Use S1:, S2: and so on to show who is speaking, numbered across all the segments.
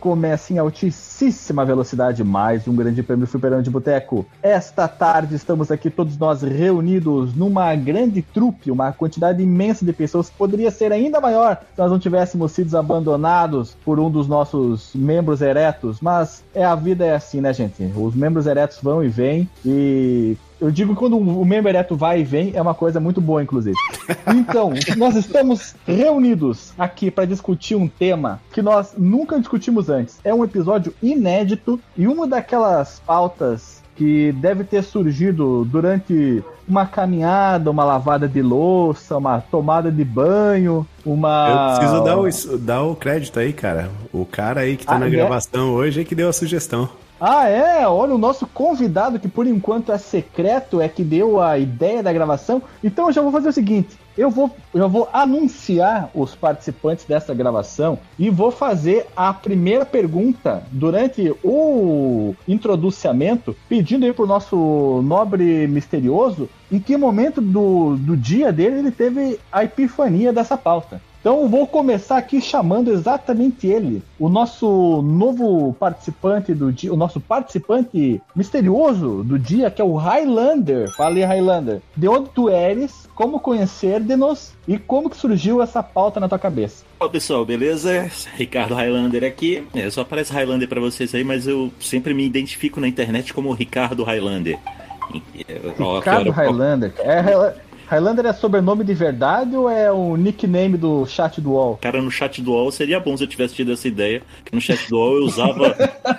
S1: começa em altíssima velocidade mais um grande prêmio Fliperama de Boteco. Esta tarde estamos aqui todos nós reunidos numa grande trupe, uma quantidade imensa de pessoas que poderia ser ainda maior se nós não tivéssemos sido abandonados por um dos nossos membros eretos, mas a vida é assim, né, gente? Os membros eretos vão e vêm e... eu digo que quando o membro ereto vai e vem, é uma coisa muito boa, inclusive. Então, nós estamos reunidos aqui para discutir um tema que nós nunca discutimos antes. É um episódio inédito e uma daquelas pautas que deve ter surgido durante uma caminhada, uma lavada de louça, uma tomada de banho, uma...
S2: Eu preciso dar o crédito aí, cara. O cara aí que tá na gravação hoje é que deu a sugestão.
S1: Ah, é? Olha, o nosso convidado, que por enquanto é secreto, é que deu a ideia da gravação. Então eu já vou fazer o seguinte, eu vou anunciar os participantes dessa gravação e vou fazer a primeira pergunta durante o introduciamento, pedindo aí pro nosso nobre misterioso em que momento do dia dele ele teve a epifania dessa pauta. Então eu vou começar aqui chamando exatamente ele, o nosso novo participante do dia, o nosso participante misterioso do dia, que é o Highlander. Fala aí, Highlander. De onde tu eres, como conhecer-nos e como que surgiu essa pauta na tua cabeça?
S3: Olá pessoal, beleza? Ricardo Highlander aqui. Só aparece Highlander pra vocês aí, mas eu sempre me identifico na internet como Ricardo Highlander.
S1: Ricardo Highlander. Highlander é sobrenome de verdade ou é o nickname do chat do UOL?
S3: Cara, no chat do UOL seria bom se eu tivesse tido essa ideia, que no chat do UOL eu usava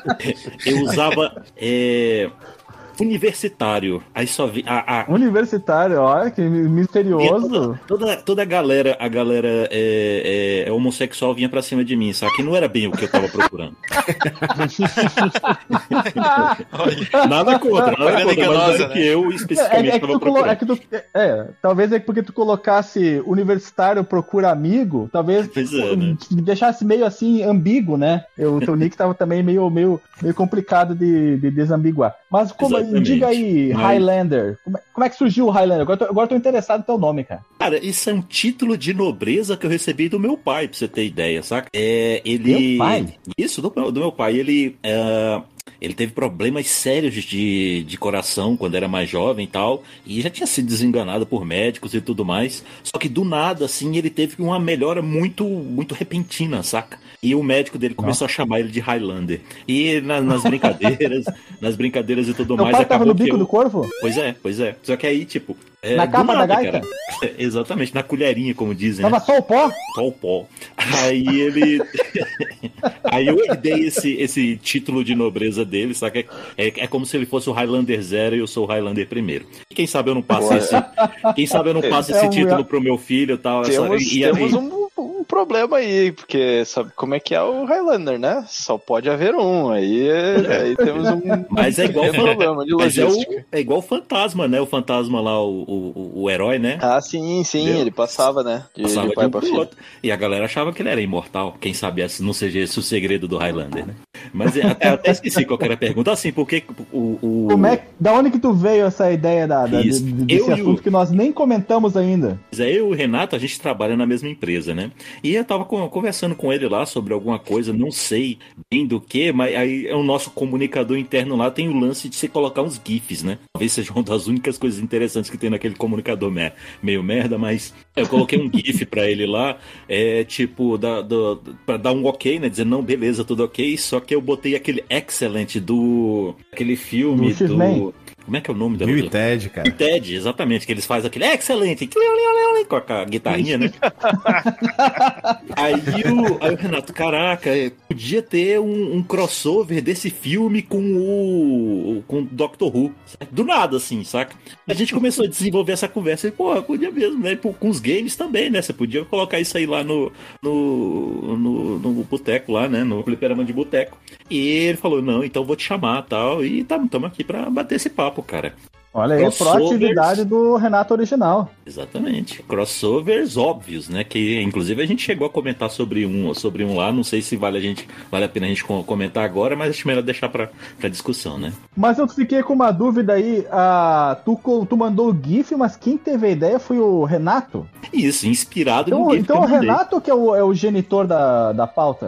S3: universitário. Aí só vi
S1: Universitário, olha que misterioso.
S3: Toda a galera homossexual vinha pra cima de mim, só que não era bem o que eu tava procurando. Nada contra, mas é que eu especificamente tava procurando.
S1: Talvez é porque tu colocasse universitário procura amigo, talvez né? Deixasse meio assim ambíguo, né? O teu nick tava também meio complicado de desambiguar. Mas como diga aí, Highlander. Como é que surgiu o Highlander? Agora tô interessado no teu nome, cara.
S3: Cara, isso é um título de nobreza que eu recebi do meu pai, pra você ter ideia, saca?
S1: Meu pai?
S3: Isso, do meu pai. Ele teve problemas sérios de coração quando era mais jovem e tal, e já tinha sido desenganado por médicos e tudo mais, só que do nada, assim, ele teve uma melhora muito, muito repentina, saca? E o médico dele começou a chamar ele de Highlander. E nas brincadeiras e tudo mais...
S1: Meu pai tava no bico do corvo?
S3: Pois é. Só que aí, tipo...
S1: na capa da gaita?
S3: Cara. Exatamente, na colherinha, como dizem.
S1: Tava só o pó?
S3: Só o pó. Aí ele... Aí eu herdei esse título de nobreza dele, saca? É como se ele fosse o Highlander 0 e eu sou o Highlander 1. Quem sabe eu não passo esse título pro meu filho e tal.
S4: Temos um problema aí, porque sabe como é que é o Highlander, né? Só pode haver um. Aí temos um
S3: mas é igual
S4: problema de logística.
S3: É igual o fantasma, né? O fantasma lá, o herói, né?
S4: Ah, sim, entendeu? Ele passava, né?
S3: Passava de pai pra filho. E a galera achava que ele era imortal. Quem sabe não seja esse o segredo do Highlander, né? Mas até esqueci qual era a pergunta. Assim, porque
S1: da onde que tu veio essa ideia desse assunto que nós nem comentamos ainda?
S3: Eu e o Renato, a gente trabalha na mesma empresa, né? E eu tava conversando com ele lá sobre alguma coisa, não sei bem do que, mas aí o nosso comunicador interno lá tem o lance de você colocar uns GIFs, né? Talvez seja uma das únicas coisas interessantes que tem naquele comunicador meio merda, mas eu coloquei um GIF pra ele lá, tipo, pra dar um ok, né? Dizendo, não, beleza, tudo ok, só que eu botei aquele excellent aquele filme do... Como é que é o nome da
S2: Bill e Ted, cara.
S3: Ted, exatamente, que eles fazem aquele excelente com a guitarrinha, né? Aí o Renato, caraca, podia ter um crossover desse filme com o Doctor Who. Certo? Do nada, assim, saca? A gente começou a desenvolver essa conversa e, porra, podia mesmo, né? Com os games também, né? Você podia colocar isso aí lá no boteco lá, né? No fliperama de boteco. E ele falou, não, então vou te chamar e tal. E estamos aqui pra bater esse papo, cara.
S1: Olha aí, a proatividade do Renato original.
S3: Exatamente. Crossovers óbvios, né? Que inclusive a gente chegou a comentar sobre um lá. Não sei se vale a pena a gente comentar agora, mas acho melhor deixar pra discussão, né?
S1: Mas eu fiquei com uma dúvida aí. Tu mandou o GIF, mas quem teve a ideia foi o Renato?
S3: Isso, inspirado no GIF.
S1: Então o Renato que é o genitor da pauta?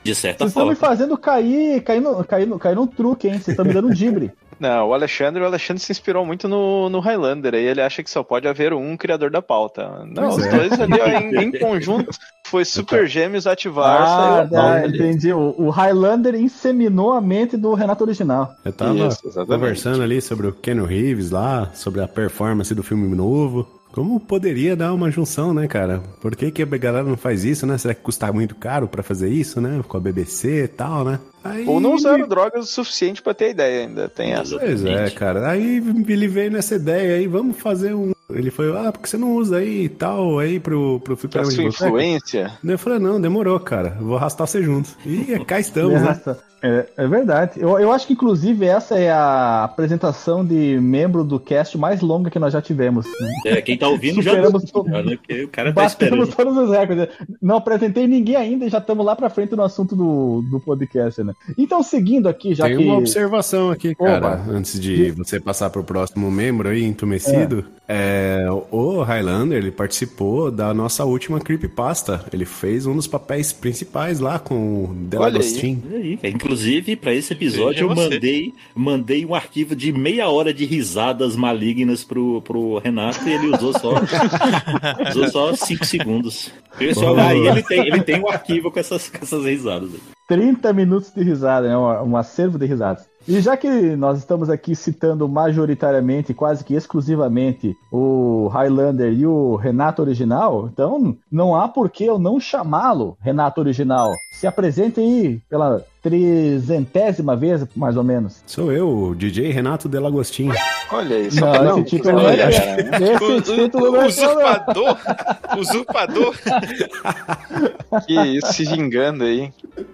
S3: De certa
S1: Vocês estão
S3: forma.
S1: me fazendo cair num truque, hein? Vocês estão me dando um dibre.
S4: Não, o Alexandre se inspirou muito no Highlander, aí ele acha que só pode haver um criador da pauta. Não,
S2: Pois
S4: os
S2: é.
S4: dois ali, ó, em conjunto, foi Super Gêmeos ativar, saiu a pauta ali.
S1: Entendi. O Highlander inseminou a mente do Renato original.
S2: Eu tava
S4: Isso, exatamente.
S2: conversando ali sobre o Keanu Reeves lá, sobre a performance do filme novo. Como poderia dar uma junção, né, cara? Por que a galera não faz isso, né? Será que custa muito caro pra fazer isso, né? Com a BBC e tal, né? Aí...
S4: Ou não usaram drogas o suficiente pra ter ideia ainda, tem essa.
S2: Pois é, cara. Aí ele veio nessa ideia aí, vamos fazer um... Ele foi, porque você não usa aí e tal, aí pro
S4: A
S2: fliperama de
S4: sua
S2: boteco?
S4: influência.
S2: Eu falei, não, demorou, cara. Eu vou arrastar você junto. E cá estamos, né?
S1: É verdade. Eu acho que, inclusive, essa é a apresentação de membro do cast mais longa que nós já tivemos. Né?
S3: Quem tá ouvindo
S1: Superamos
S3: já viu, né? Porque o cara tá
S1: Batemos
S3: esperando.
S1: todos os recordes. Não apresentei ninguém ainda e já estamos lá pra frente no assunto do podcast, né? Então, seguindo aqui, já
S2: Tem
S1: que...
S2: uma observação aqui, cara,
S1: Oba.
S2: antes de você passar pro próximo membro aí, entumecido. O Highlander, ele participou da nossa última Creepypasta. Ele fez um dos papéis principais lá com o Delagostin.
S3: Olha aí, cara. Inclusive, pra esse episódio, eu mandei um arquivo de meia hora de risadas malignas pro Renato e ele usou só 5 segundos. Pessoal, aí ele tem um arquivo com essas risadas.
S1: 30 minutos de risada, né? Um acervo de risadas. E já que nós estamos aqui citando majoritariamente, quase que exclusivamente, o Highlander e o Renato original, então não há por que eu não chamá-lo Renato original. Se apresente aí pela 300ª vez, mais ou menos.
S2: Sou eu, o DJ Renato Delagostin.
S4: Olha isso.
S1: Não, esse título não é... Esse título não é...
S5: Usurpador.
S4: Que isso, se vingando aí.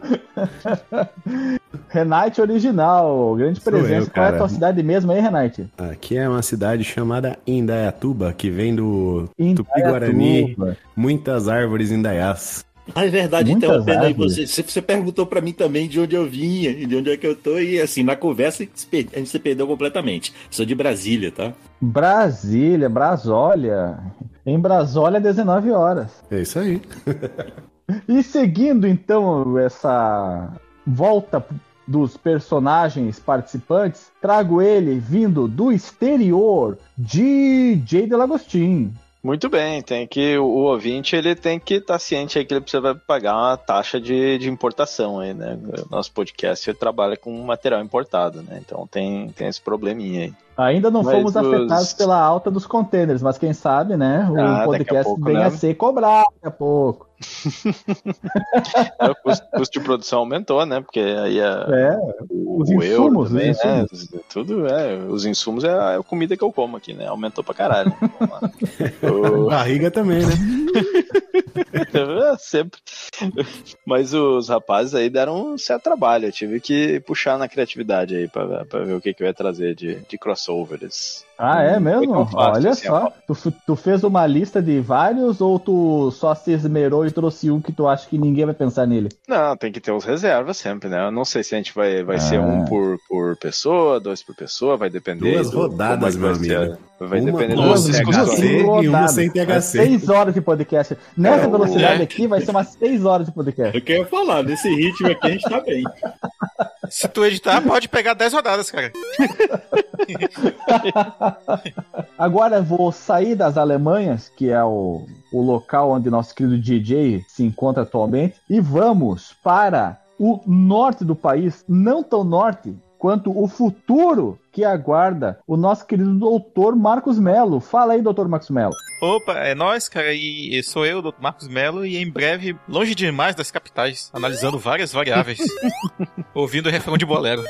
S1: Renate original, grande
S2: Sou
S1: presença.
S2: eu,
S1: Qual é a
S2: cara.
S1: tua cidade mesmo aí, Renate?
S2: Aqui é uma cidade chamada Indaiatuba, que vem do
S1: Indaiatuba.
S2: Tupi-Guarani, muitas árvores indaiás.
S3: Ah, é verdade,
S1: Muitas
S3: interrompendo aí
S1: árvores.
S3: você perguntou pra mim também de onde eu vinha e de onde é que eu tô, e assim, na conversa a gente se perdeu completamente. Sou de Brasília, tá?
S1: Brasília, Brasólia. Em Brasólia, 19 horas.
S2: É isso aí.
S1: E seguindo então essa volta dos personagens participantes, trago ele vindo do exterior, DJ Delagostin.
S4: Muito bem, o ouvinte ele tem que estar ciente aí que ele precisa pagar uma taxa de importação aí, né? O nosso podcast trabalha com material importado, né? Então tem esse probleminha aí.
S1: Ainda não
S4: Mas
S1: fomos afetados pela alta dos containers, mas quem sabe, né? O
S4: daqui a
S1: podcast
S4: pouco,
S1: vem
S4: né?
S1: a ser cobrado daqui a pouco.
S4: O custo de produção aumentou, né? Porque aí
S1: Os insumos,
S4: também,
S1: os insumos.
S4: né? Tudo os insumos é a comida que eu como aqui, né? Aumentou pra caralho.
S2: Barriga também, né?
S4: Sempre. Mas os rapazes aí deram um certo trabalho. Eu tive que puxar na criatividade aí pra ver o que eu ia trazer de crossovers.
S1: Ah, é mesmo?
S4: Foi tão fácil,
S1: Olha
S4: assim,
S1: só. Tu fez uma lista de vários ou tu só se esmerou e trouxe um que tu acha que ninguém vai pensar nele?
S4: Não, tem que ter os reservas sempre, né? Eu não sei se a gente vai ser um por pessoa, 2 por pessoa, vai depender.
S2: 2 rodadas, meu amigo.
S4: Vai
S2: Uma
S4: depender
S2: com
S4: das
S5: THC
S4: THC.
S2: e uma sem
S1: É
S2: THC.
S1: 6 horas de podcast. Nessa velocidade aqui vai ser umas 6 horas de podcast.
S3: Eu quero falar, nesse ritmo aqui a gente tá bem.
S5: Se tu editar, pode pegar 10 rodadas, cara.
S1: Agora eu vou sair das Alemanhas, que é o local onde nosso querido DJ se encontra atualmente, e vamos para o norte do país, não tão norte quanto o futuro que aguarda o nosso querido doutor Marcos Melo. Fala aí, doutor Marcos Melo.
S5: Opa, é nóis, cara, e sou eu, Dr. Marcos Melo, e em breve, longe demais das capitais, analisando várias variáveis, ouvindo o refrão de bolero.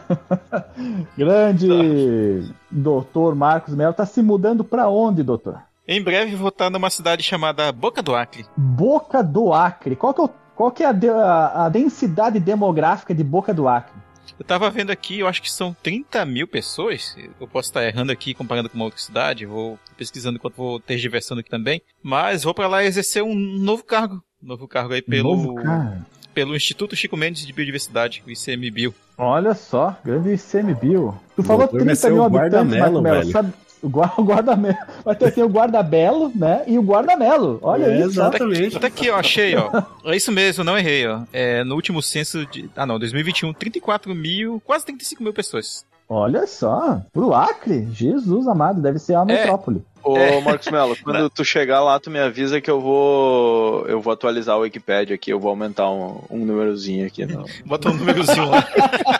S1: Grande doutor Marcos Melo. Tá se mudando para onde, doutor?
S5: Em breve vou estar numa cidade chamada Boca do Acre.
S1: Boca do Acre. Qual que é a densidade demográfica de Boca do Acre?
S5: Eu tava vendo aqui, eu acho que são 30 mil pessoas. Eu posso estar errando aqui, comparando com uma outra cidade. Vou pesquisando enquanto vou tergiversando aqui também. Mas vou pra lá exercer um novo cargo. Novo cargo aí pelo Instituto Chico Mendes de Biodiversidade, o ICMBio.
S1: Olha só, grande ICMBio. Tu falou
S2: Doutor vai
S1: 30
S2: ser
S1: mil
S2: o
S1: habitantes,
S2: Guardamelo,
S1: Marco Melo.
S2: velho.
S1: O guarda-melo. Vai ter assim, o guarda-belo, né? E o guarda-melo. Olha isso.
S2: Exatamente.
S5: Tá aqui, ó, achei, ó. É isso mesmo, não errei, ó. No último censo de... 2021, 34 mil, quase 35 mil pessoas.
S1: Olha só, pro Acre, Jesus amado, deve ser uma metrópole.
S4: Ô, Marcos Mello, quando tu chegar lá, tu me avisa que eu vou atualizar o Wikipedia aqui, eu vou aumentar um númerozinho aqui. Não.
S5: Bota um númerozinho lá.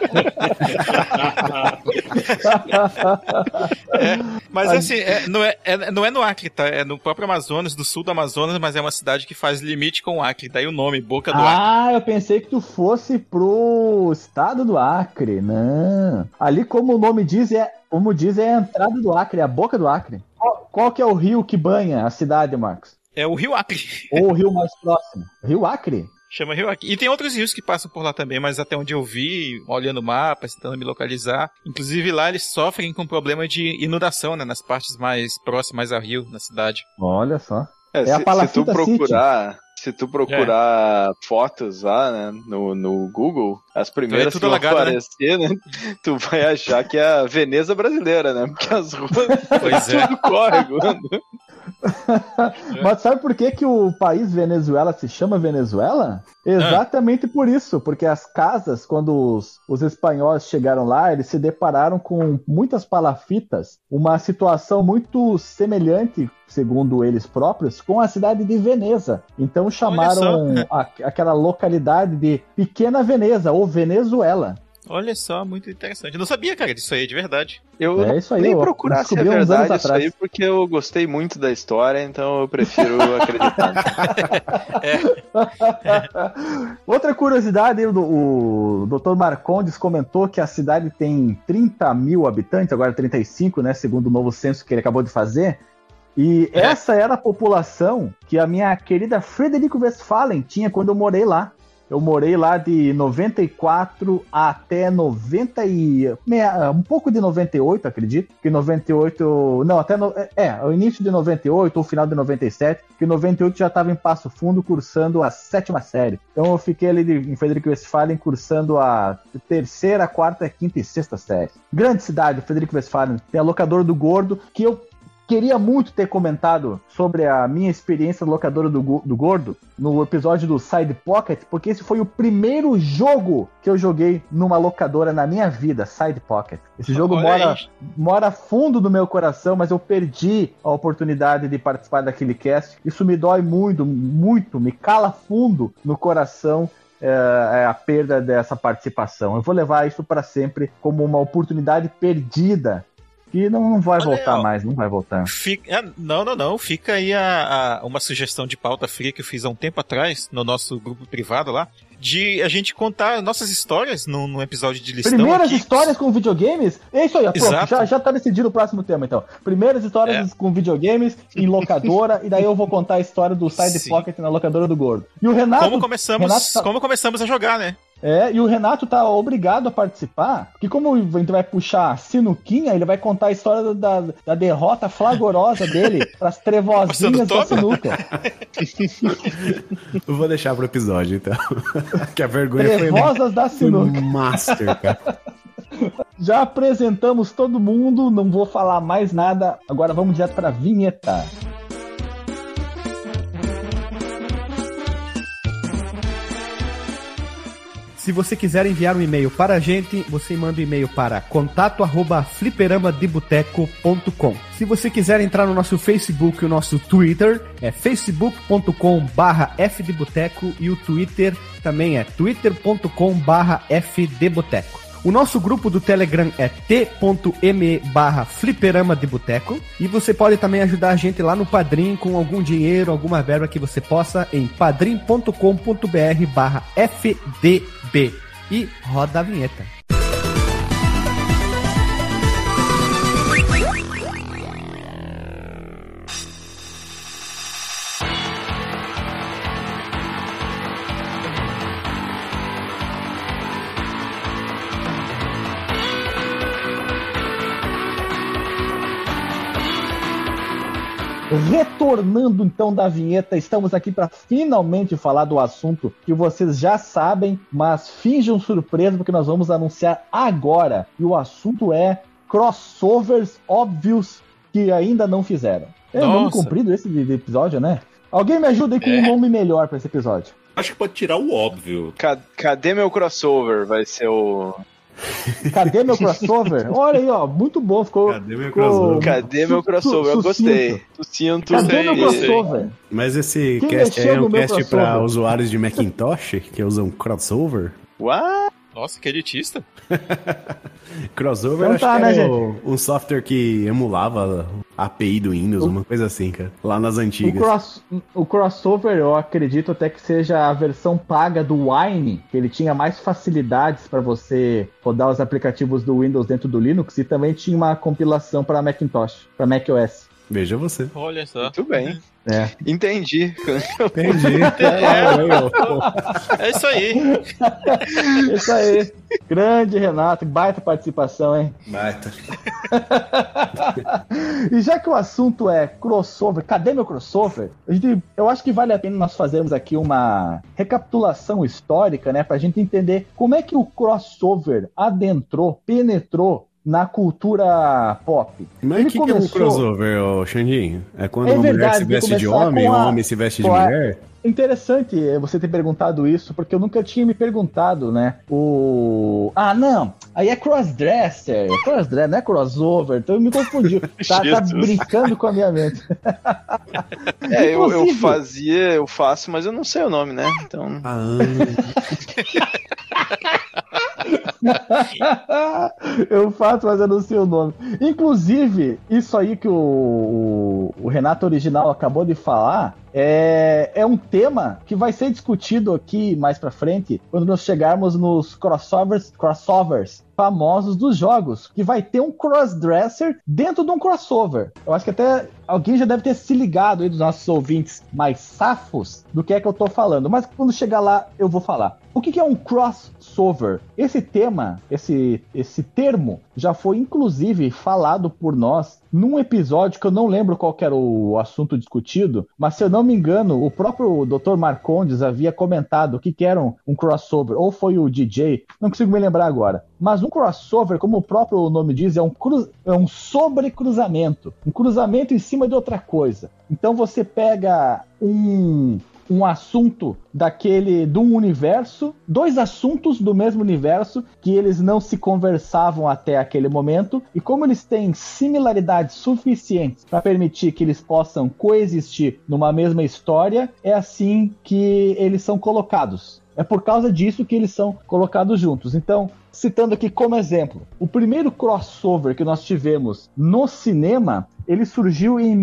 S5: Mas assim, não é no Acre, tá? É no próprio Amazonas, do sul do Amazonas, mas é uma cidade que faz limite com o Acre, daí o nome, Boca do Acre.
S1: Ah, eu pensei que tu fosse pro estado do Acre, não. Ali, como o nome diz, é a entrada do Acre, é a boca do Acre. Qual que é o rio que banha a cidade, Marcos?
S5: É o Rio Acre.
S1: Ou o rio mais próximo? Rio Acre?
S5: Chama Rio Acre. E tem outros rios que passam por lá também, mas até onde eu vi, olhando o mapa, tentando me localizar. Inclusive lá eles sofrem com problema de inundação, né? Nas partes mais próximas ao rio, na cidade.
S1: Olha só.
S4: A Palafita Se tu procurar fotos lá, né, no Google, as primeiras que vão aparecer, né? Tu vai achar que é a Veneza brasileira, né? Porque as ruas tudo córrego.
S1: Mas sabe por que o país Venezuela se chama Venezuela? Exatamente por isso, porque as casas, quando os espanhóis chegaram lá, eles se depararam com muitas palafitas, uma situação muito semelhante, segundo eles próprios, com a cidade de Veneza. Então chamaram aquela localidade de Pequena Veneza, ou Venezuela.
S5: Olha só, muito interessante. Eu não sabia, cara, disso aí, de verdade.
S4: Eu
S1: isso aí,
S4: nem procurar se é verdade isso aí, porque eu gostei muito da história, então eu prefiro acreditar.
S1: Outra curiosidade, o Dr. Marcondes comentou que a cidade tem 30 mil habitantes, agora 35, né, segundo o novo censo que ele acabou de fazer. E essa era a população que a minha querida Frederico Westphalen tinha quando eu morei lá. Eu morei lá de 94 até 90 um pouco de 98, acredito. Que 98... Não, até... o início de 98 ou final de 97. Que 98 já estava em Passo Fundo cursando a 7ª série. Então eu fiquei ali em Frederico Westphalen cursando a 3ª, 4ª, 5ª e 6ª série. Grande cidade, Frederico Westphalen. Tem a locadora do Gordo, que eu queria muito ter comentado sobre a minha experiência na locadora do Gordo no episódio do Side Pocket, porque esse foi o primeiro jogo que eu joguei numa locadora na minha vida, Side Pocket. Esse jogo mora fundo no meu coração, mas eu perdi a oportunidade de participar daquele cast. Isso me dói muito, muito, me cala fundo no coração. A perda dessa participação. Eu vou levar isso para sempre como uma oportunidade perdida. Que não vai voltar mais, não vai voltar.
S5: Não. Fica aí uma sugestão de pauta fria que eu fiz há um tempo atrás, no nosso grupo privado lá, de a gente contar nossas histórias num episódio de listão.
S1: Primeiras histórias com videogames? É isso aí, pronto, já tá decidido o próximo tema, então. Primeiras histórias com videogames em locadora, e daí eu vou contar a história do Side Pocket na locadora do Gordo. E o Renato... Como começamos a jogar, né? E o Renato tá obrigado a participar, porque como a gente vai puxar a sinuquinha, ele vai contar a história da derrota flagrosa dele pras trevozinhas da sinuca.
S2: Eu vou deixar pro episódio, então. Que a vergonha
S1: Trevosas da sinuca.
S2: Foi master, cara.
S1: Já apresentamos todo mundo, não vou falar mais nada, agora vamos direto pra vinheta.
S6: Se você quiser enviar um e-mail para a gente, você manda um e-mail para contato@fliperamadeboteco.com. Se você quiser entrar no nosso Facebook e o nosso Twitter, é facebook.com/fdboteco e o Twitter também é twitter.com/fdboteco. O nosso grupo do Telegram é t.me/fliperamadeboteco e você pode também ajudar a gente lá no Padrim com algum dinheiro, alguma verba que você possa em padrim.com.br/fdb. E roda a vinheta.
S1: Retornando então da vinheta, estamos aqui para finalmente falar do assunto que vocês já sabem, mas finjam surpresa porque nós vamos anunciar agora. E o assunto é crossovers óbvios que ainda não fizeram. É um nome comprido esse de episódio, né? Alguém me ajuda aí com um nome melhor pra esse episódio.
S3: Acho que pode tirar o óbvio.
S4: Cadê meu crossover? Vai ser o...
S1: Cadê meu crossover? Olha aí, ó, muito bom. Ficou.
S2: Cadê meu crossover?
S4: Cadê meu crossover? Eu gostei. Sucinto.
S1: Cadê meu crossover?
S2: Mas esse
S1: Quem
S2: cast
S1: mexeu
S2: é
S1: no
S2: um
S1: meu
S2: cast
S1: crossover?
S2: pra usuários de Macintosh que usam crossover?
S4: What?
S5: Nossa, que elitista.
S2: Crossover
S1: Então
S2: acho
S1: tá,
S2: que
S1: né,
S2: era um software que emulava a API do Windows, uma coisa assim, cara. Lá nas antigas.
S1: O crossover, eu acredito até que seja a versão paga do Wine, que ele tinha mais facilidades para você rodar os aplicativos do Windows dentro do Linux e também tinha uma compilação para Macintosh, para macOS.
S2: Veja você.
S5: Olha só.
S4: Muito bem.
S1: É.
S4: Entendi.
S2: Entendi.
S5: É isso aí.
S1: Isso aí. Grande Renato, baita participação, hein?
S2: Baita.
S1: E já que o assunto é crossover, cadê meu crossover? Eu acho que vale a pena nós fazermos aqui uma recapitulação histórica, né? Pra gente entender como é que o crossover adentrou, penetrou na cultura pop.
S2: Mas o que é um crossover, ô Xandinho? É quando uma mulher se veste de homem e um homem se veste de mulher?
S1: Interessante você ter perguntado isso, porque eu nunca tinha me perguntado, né? Não, aí é crossdresser. Crossdresser, não é crossover, então eu me confundi. Tá brincando com a minha mente.
S4: Eu faço, mas eu não sei o nome, né? Então...
S1: Eu faço, mas eu não sei o nome. Inclusive, isso aí que o Renato original acabou de falar é um tema que vai ser discutido aqui mais pra frente, quando nós chegarmos nos crossovers famosos dos jogos, que vai ter um crossdresser dentro de um crossover. Eu acho que até alguém já deve ter se ligado aí dos nossos ouvintes mais safos do que é que eu tô falando, mas quando chegar lá eu vou falar. O que é um crossover? Esse tema, esse termo, já foi inclusive falado por nós num episódio que eu não lembro qual que era o assunto discutido, mas se eu não me engano, o próprio Dr. Marcondes havia comentado o que era um crossover, ou foi o DJ, não consigo me lembrar agora. Mas um crossover, como o próprio nome diz, é um sobrecruzamento, um cruzamento em cima de outra coisa. Então você pega um assunto de um universo, dois assuntos do mesmo universo que eles não se conversavam até aquele momento, e como eles têm similaridades suficientes para permitir que eles possam coexistir numa mesma história, é assim que eles são colocados. É por causa disso que eles são colocados juntos. Então, citando aqui como exemplo, o primeiro crossover que nós tivemos no cinema, ele surgiu em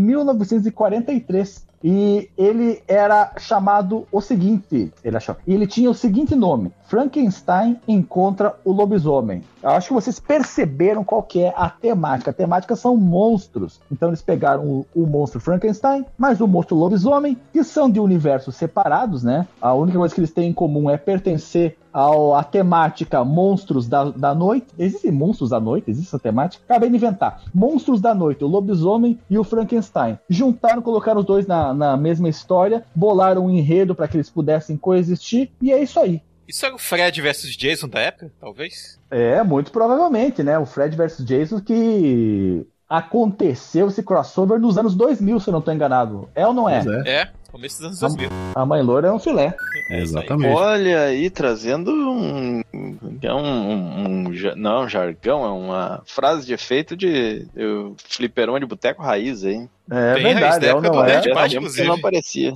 S1: 1943. E ele era chamado o seguinte, ele tinha o seguinte nome: Frankenstein encontra o lobisomem. Eu acho que vocês perceberam qual que é a temática. A temática são monstros. Então eles pegaram o monstro Frankenstein, mais o monstro lobisomem, que são de universos separados, né? A única coisa que eles têm em comum é pertencer à temática monstros da noite. Existem monstros da noite? Existe essa temática? Acabei de inventar. Monstros da noite, o lobisomem e o Frankenstein. Juntaram, colocaram os dois na mesma história, bolaram um enredo para que eles pudessem coexistir, e é isso aí.
S5: Isso era o Fred versus Jason da época, talvez?
S1: É, muito provavelmente, né? O Fred versus Jason que aconteceu esse crossover nos anos 2000, se eu não estou enganado. É ou não é?
S5: É, começo dos anos 2000.
S1: A Mãe Loura é um filé.
S2: Exatamente.
S4: Olha aí, trazendo um jargão, é uma frase de efeito de fliperama de boteco raiz, hein?
S1: É
S5: bem
S1: verdade,
S5: raiz,
S1: é ou não é?
S4: Que não aparecia.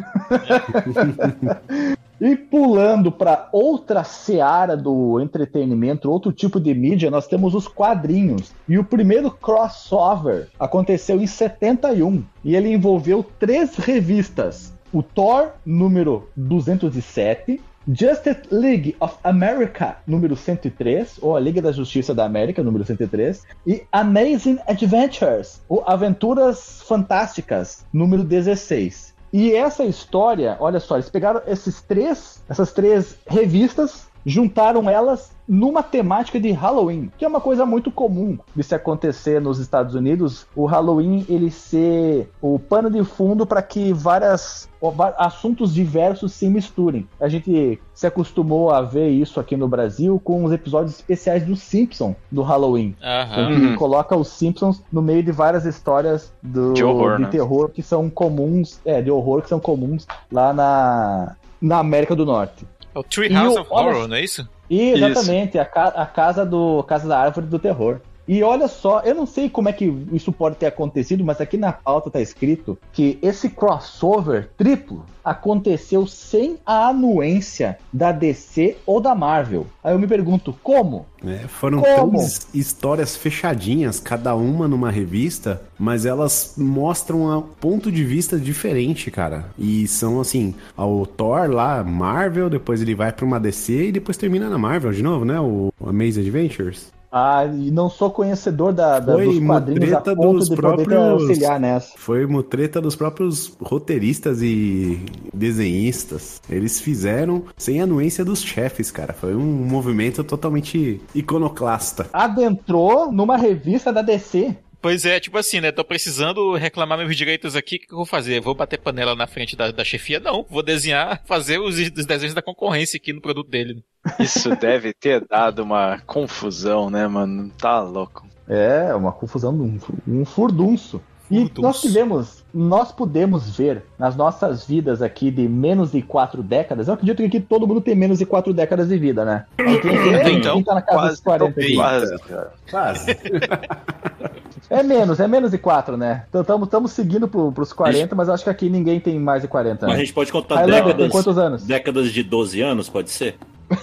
S1: E pulando para outra seara do entretenimento, outro tipo de mídia, nós temos os quadrinhos. E o primeiro crossover aconteceu em 71. E ele envolveu 3 revistas. O Thor, número 207. Justice League of America, número 103, ou a Liga da Justiça da América, número 103, e Amazing Adventures, ou Aventuras Fantásticas, número 16. E essa história, olha só, eles pegaram essas três revistas juntaram elas numa temática de Halloween, que é uma coisa muito comum de se acontecer nos Estados Unidos, o Halloween ele ser o pano de fundo para que assuntos diversos se misturem. A gente se acostumou a ver isso aqui no Brasil com os episódios especiais dos Simpsons do Halloween, que coloca os Simpsons no meio de várias histórias de horror, de terror que são comuns, de horror que são comuns lá na América do Norte.
S5: É o Treehouse of Horror, não é isso?
S1: Exatamente, a casa da árvore do terror. E olha só, eu não sei como é que isso pode ter acontecido, mas aqui na pauta tá escrito que esse crossover triplo aconteceu sem a anuência da DC ou da Marvel. Aí eu me pergunto, como?
S2: Foram 3 histórias fechadinhas, cada uma numa revista, mas elas mostram um ponto de vista diferente, cara. E são assim, o Thor lá, Marvel, depois ele vai pra uma DC e depois termina na Marvel de novo, né? O Amazing Adventures.
S1: E não sou conhecedor dos quadrinhos a ponto de poder auxiliar nessa.
S2: Foi mutreta dos próprios roteiristas e desenhistas. Eles fizeram sem anuência dos chefes, cara. Foi um movimento totalmente iconoclasta.
S1: Adentrou numa revista da DC.
S5: Pois é, tipo assim, né? Tô precisando reclamar meus direitos aqui, o que eu vou fazer? Vou bater panela na frente da chefia? Não, vou fazer os desenhos da concorrência aqui no produto dele.
S4: Isso deve ter dado uma confusão, né, mano? Tá louco.
S1: Uma confusão, um furdunço. E nós podemos ver nas nossas vidas aqui de menos de 4 décadas, eu acredito que aqui todo mundo tem menos de 4 décadas de vida, né? Quem tá na casa dos 40 aqui?
S2: Quase.
S1: É menos de 4, né? Então estamos seguindo pros 40, mas eu acho que aqui ninguém tem mais de 40 anos.
S3: Mas a gente pode contar
S1: décadas. Quantos anos?
S3: Décadas de 12 anos, pode ser?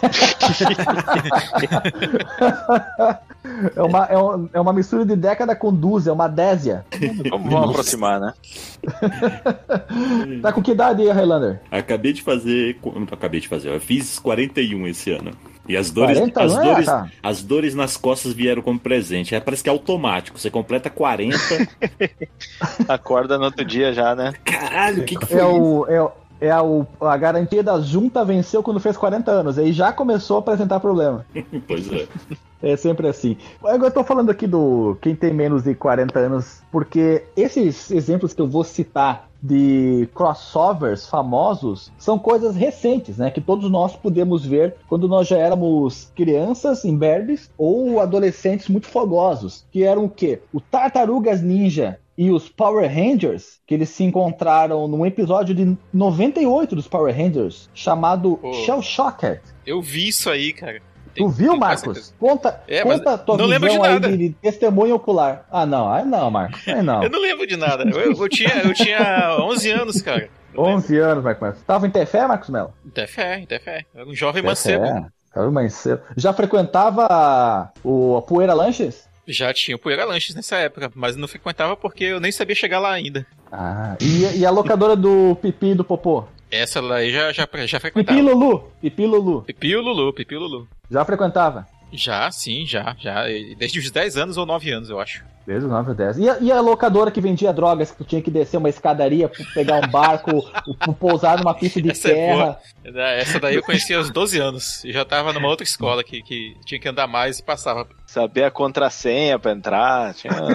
S1: É uma mistura de década com dúzia, é uma désia.
S4: Vamos aproximar, né?
S1: Tá com que idade aí, Highlander?
S3: Acabei de fazer, eu fiz 41 esse ano. E as dores nas costas vieram como presente. Parece que é automático. Você completa 40.
S4: Acorda no outro dia já, né?
S3: Caralho, o que foi
S1: a garantia da junta venceu quando fez 40 anos. Aí já começou a apresentar problema.
S3: Pois é.
S1: É sempre assim. Eu tô falando aqui do quem tem menos de 40 anos, porque esses exemplos que eu vou citar de crossovers famosos são coisas recentes, né? Que todos nós podemos ver quando nós já éramos crianças, imberbes, ou adolescentes muito fogosos. Que eram o quê? O Tartarugas Ninja e os Power Rangers, que eles se encontraram num episódio de 98 dos Power Rangers, chamado Shell Shocker.
S5: Eu vi isso aí, cara.
S1: Tu viu, Marcos? Conta a tua visão aí de testemunho ocular. Não, Marcos. Não.
S5: Eu não lembro de nada. Eu tinha 11 anos, cara.
S1: 11 anos, Marcos. Tava em Tefé, Marcos Mello?
S5: Em Tefé. Era um jovem mancebo.
S1: Já frequentava a Poeira Lanches?
S5: Já tinha o Poeira Lanches nessa época, mas não frequentava porque eu nem sabia chegar lá ainda.
S1: E a locadora do Pipi e do Popô?
S5: Essa daí já frequentava.
S1: Pipi Lulu. Já frequentava?
S5: Já. Desde os 10 anos ou 9 anos, eu acho.
S1: Desde os 9 ou 10. E a locadora que vendia drogas, que tu tinha que descer uma escadaria, pegar um barco, pousar numa pista de terra?
S5: Essa daí eu conhecia aos 12 anos. E já tava numa outra escola que tinha que andar mais e passava.
S4: Saber a contrassenha pra entrar.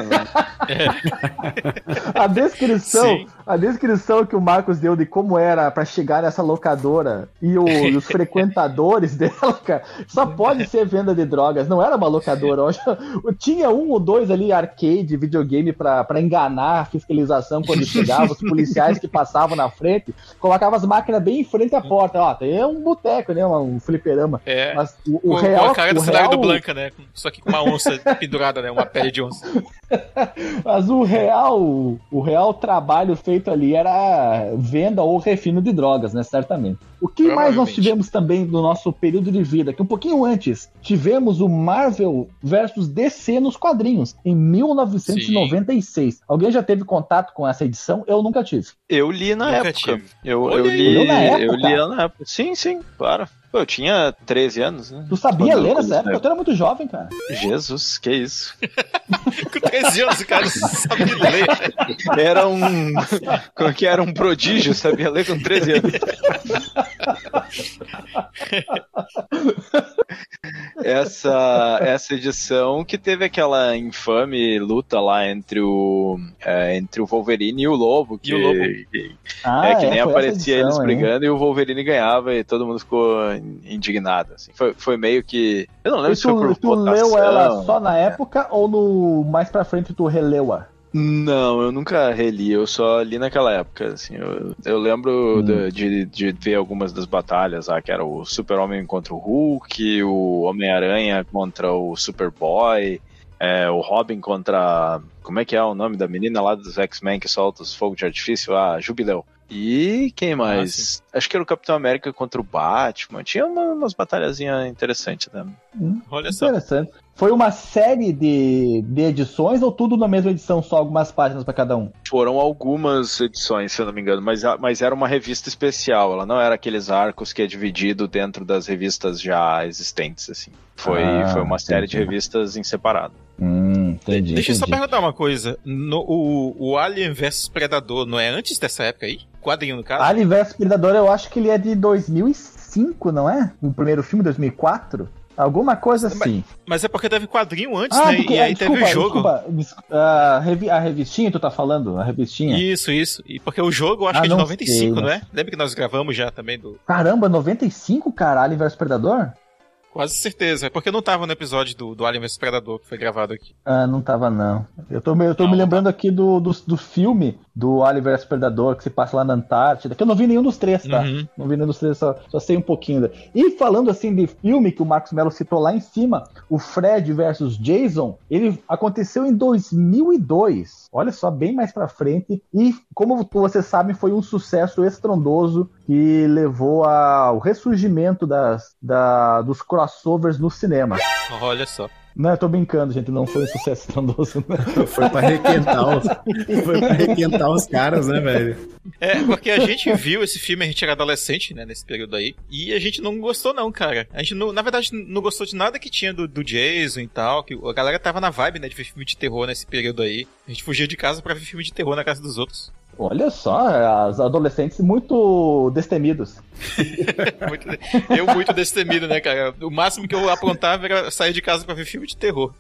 S1: A descrição que o Marcos deu de como era pra chegar nessa locadora e os frequentadores dela, cara, só pode ser venda de drogas. Não era uma locadora. Tinha um ou dois ali, arcade, videogame pra enganar a fiscalização quando chegava, os policiais que passavam na frente, colocavam as máquinas bem em frente à porta. Tem um boteco, né? Um fliperama. Mas o real...
S5: Com a cara do cenário do Blanca, né? Só que com uma onça pendurada, né? Uma pele de onça.
S1: Mas o real trabalho feito ali era venda ou refino de drogas, né? Certamente. O que mais nós tivemos também no nosso período de vida? Que um pouquinho antes, tivemos o Marvel versus DC nos quadrinhos, em 19 1996. Alguém já teve contato com essa edição? Eu nunca tive.
S4: Eu li na
S5: Nunca
S4: época.
S5: tive.
S4: Eu
S5: Olha aí.
S4: li
S1: Leu na época?
S4: eu li na época. Sim, claro. Pô, eu tinha 13 anos, né?
S1: Tu sabia
S4: Quando
S1: ler
S4: eu
S1: nessa época?
S4: comecei.
S1: Tu era muito jovem, cara.
S4: Jesus, que isso.
S5: Com 13 anos o cara sabia ler.
S4: Era como que era um prodígio, sabia ler com 13 anos. Essa edição que teve aquela infame luta lá entre o Wolverine e o Lobo, que,
S5: E o Lobo.
S4: que nem
S1: foi
S4: aparecia
S1: essa edição,
S4: eles
S1: hein?
S4: brigando e o Wolverine ganhava e todo mundo ficou indignado. Assim. Foi meio que... Eu não lembro
S1: E
S4: se foi por
S1: tu
S4: votação.
S1: leu ela só na época ou no mais pra frente tu releu-a?
S4: Não, eu nunca reli, eu só li naquela época, assim, eu lembro de ver algumas das batalhas lá, que era o Super-Homem contra o Hulk, o Homem-Aranha contra o Superboy, o Robin contra, como é que é o nome da menina lá dos X-Men que solta os fogos de artifício? A Jubileu. E quem mais? Acho que era o Capitão América contra o Batman, tinha umas batalhazinhas interessantes, né?
S5: Olha só.
S1: Interessante. Foi uma série de edições ou tudo na mesma edição, só algumas páginas pra cada um?
S4: Foram algumas edições, se eu não me engano, mas era uma revista especial, ela não era aqueles arcos que é dividido dentro das revistas já existentes, assim. Foi uma série de revistas em separado.
S1: Entendi.
S5: Deixa eu só perguntar uma coisa. O Alien vs Predador não é antes dessa época aí? Quadrinho, no caso?
S1: Alien vs Predador, eu acho que ele é de 2005, não é? O primeiro filme, 2004? Alguma coisa assim.
S5: Mas é porque teve quadrinho antes, né?
S1: Porque,
S5: E aí teve o jogo.
S1: A revistinha tu tá falando? A revistinha?
S5: Isso. E porque o jogo eu acho que é de
S1: não
S5: 95,
S1: sei,
S5: não é? Lembra que nós gravamos já também do...
S1: Caramba, 95, cara? Alien vs Predador?
S5: Quase certeza. É porque eu não tava no episódio do Alien vs Predador que foi gravado aqui.
S1: Não tava não. Eu tô me lembrando aqui do filme do Alien vs Predador, que se passa lá na Antártida, que eu não vi nenhum dos três, tá?
S5: Uhum.
S1: Não vi nenhum dos três, só sei um pouquinho. E falando assim de filme que o Marcos Mello citou lá em cima, o Fred vs Jason, ele aconteceu em 2002. Olha só, bem mais pra frente. E, como vocês sabem, foi um sucesso estrondoso que levou ao ressurgimento dos crossovers no cinema.
S5: Olha só.
S1: Não, eu tô brincando, gente, não foi um sucesso estrondoso.
S2: Foi pra requentar os caras, né, velho?
S5: Porque a gente viu esse filme, a gente era adolescente, né, nesse período aí, e a gente não gostou não, cara. A gente, na verdade, não gostou de nada que tinha do Jason e tal, que a galera tava na vibe, né, de ver filme de terror nesse período aí. A gente fugia de casa pra ver filme de terror na casa dos outros.
S1: Olha só, os adolescentes muito destemidos.
S5: Muito destemido, né, cara? O máximo que eu aprontava era sair de casa pra ver filme de terror.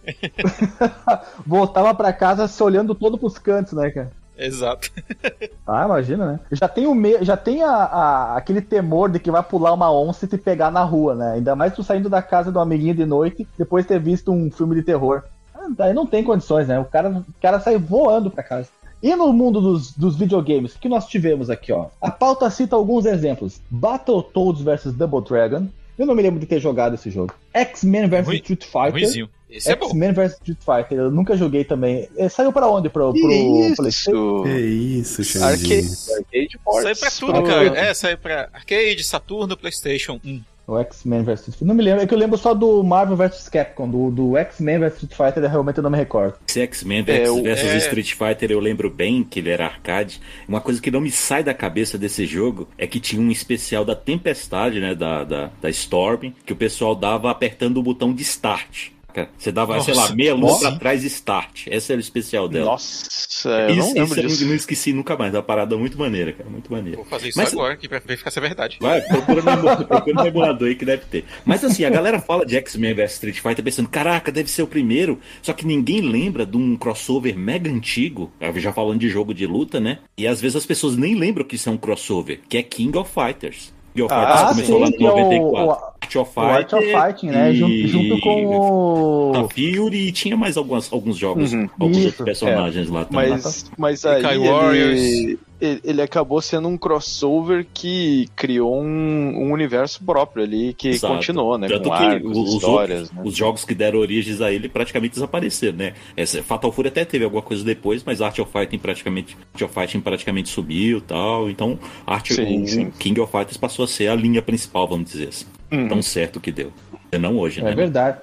S1: Voltava pra casa se olhando todo pros cantos, né, cara?
S5: Exato.
S1: Imagina, né? Já tem aquele temor de que vai pular uma onça e te pegar na rua, né? Ainda mais tu saindo da casa do amiguinho de noite depois de ter visto um filme de terror. Aí não tem condições, né? O cara sai voando pra casa. E no mundo dos videogames, o que nós tivemos aqui, ó? A pauta cita alguns exemplos. Battletoads vs Double Dragon. Eu não me lembro de ter jogado esse jogo. X-Men vs Street Fighter.
S5: Ruizinho. Esse é bom.
S1: X-Men vs Street Fighter. Eu nunca joguei também. Saiu pra onde? Pro PlayStation?
S2: Que isso, Xandinho.
S4: Arcade Ports.
S5: Saiu pra tudo, cara. Saiu pra Arcade, Saturno, PlayStation 1.
S1: O X-Men vs Street Fighter. Não me lembro, é que eu lembro só do Marvel vs Capcom, do X-Men vs Street Fighter, realmente eu não me recordo.
S3: Esse X-Men vs Street Fighter eu lembro bem que ele era arcade. Uma coisa que não me sai da cabeça desse jogo é que tinha um especial da Tempestade, né, da Storm, que o pessoal dava apertando o botão de Start. Você dava, sei lá, meia lua pra trás e Start. Esse era o especial dela.
S4: Nossa, eu não lembro disso.
S3: Eu não esqueci nunca mais. É uma parada muito maneira, cara. Muito maneira.
S5: Vou fazer isso agora, que pra verificar se é verdade.
S3: Vai, procura no emulador aí que deve ter. Mas assim, a galera fala de X-Men vs Street Fighter pensando, caraca, deve ser o primeiro. Só que ninguém lembra de um crossover mega antigo, já falando de jogo de luta, né? E às vezes as pessoas nem lembram que isso é um crossover, que é King of Fighters. King of Fighters começou lá no 94.
S1: Art of Fighting, né? Junto com o
S3: Fury, e tinha mais alguns jogos, alguns outros personagens lá também.
S4: Mas aí ele acabou sendo um crossover que criou um universo próprio ali, que continuou, né?
S3: Tanto
S4: com
S3: que
S4: arcos, histórias, né?
S3: os jogos que deram origens a ele praticamente desapareceram, né? Fatal Fury até teve alguma coisa depois, mas Art of Fighting praticamente subiu e tal. Então, King of Fighters passou a ser a linha principal, vamos dizer assim. Tão certo que deu. Não hoje, né?
S1: É verdade.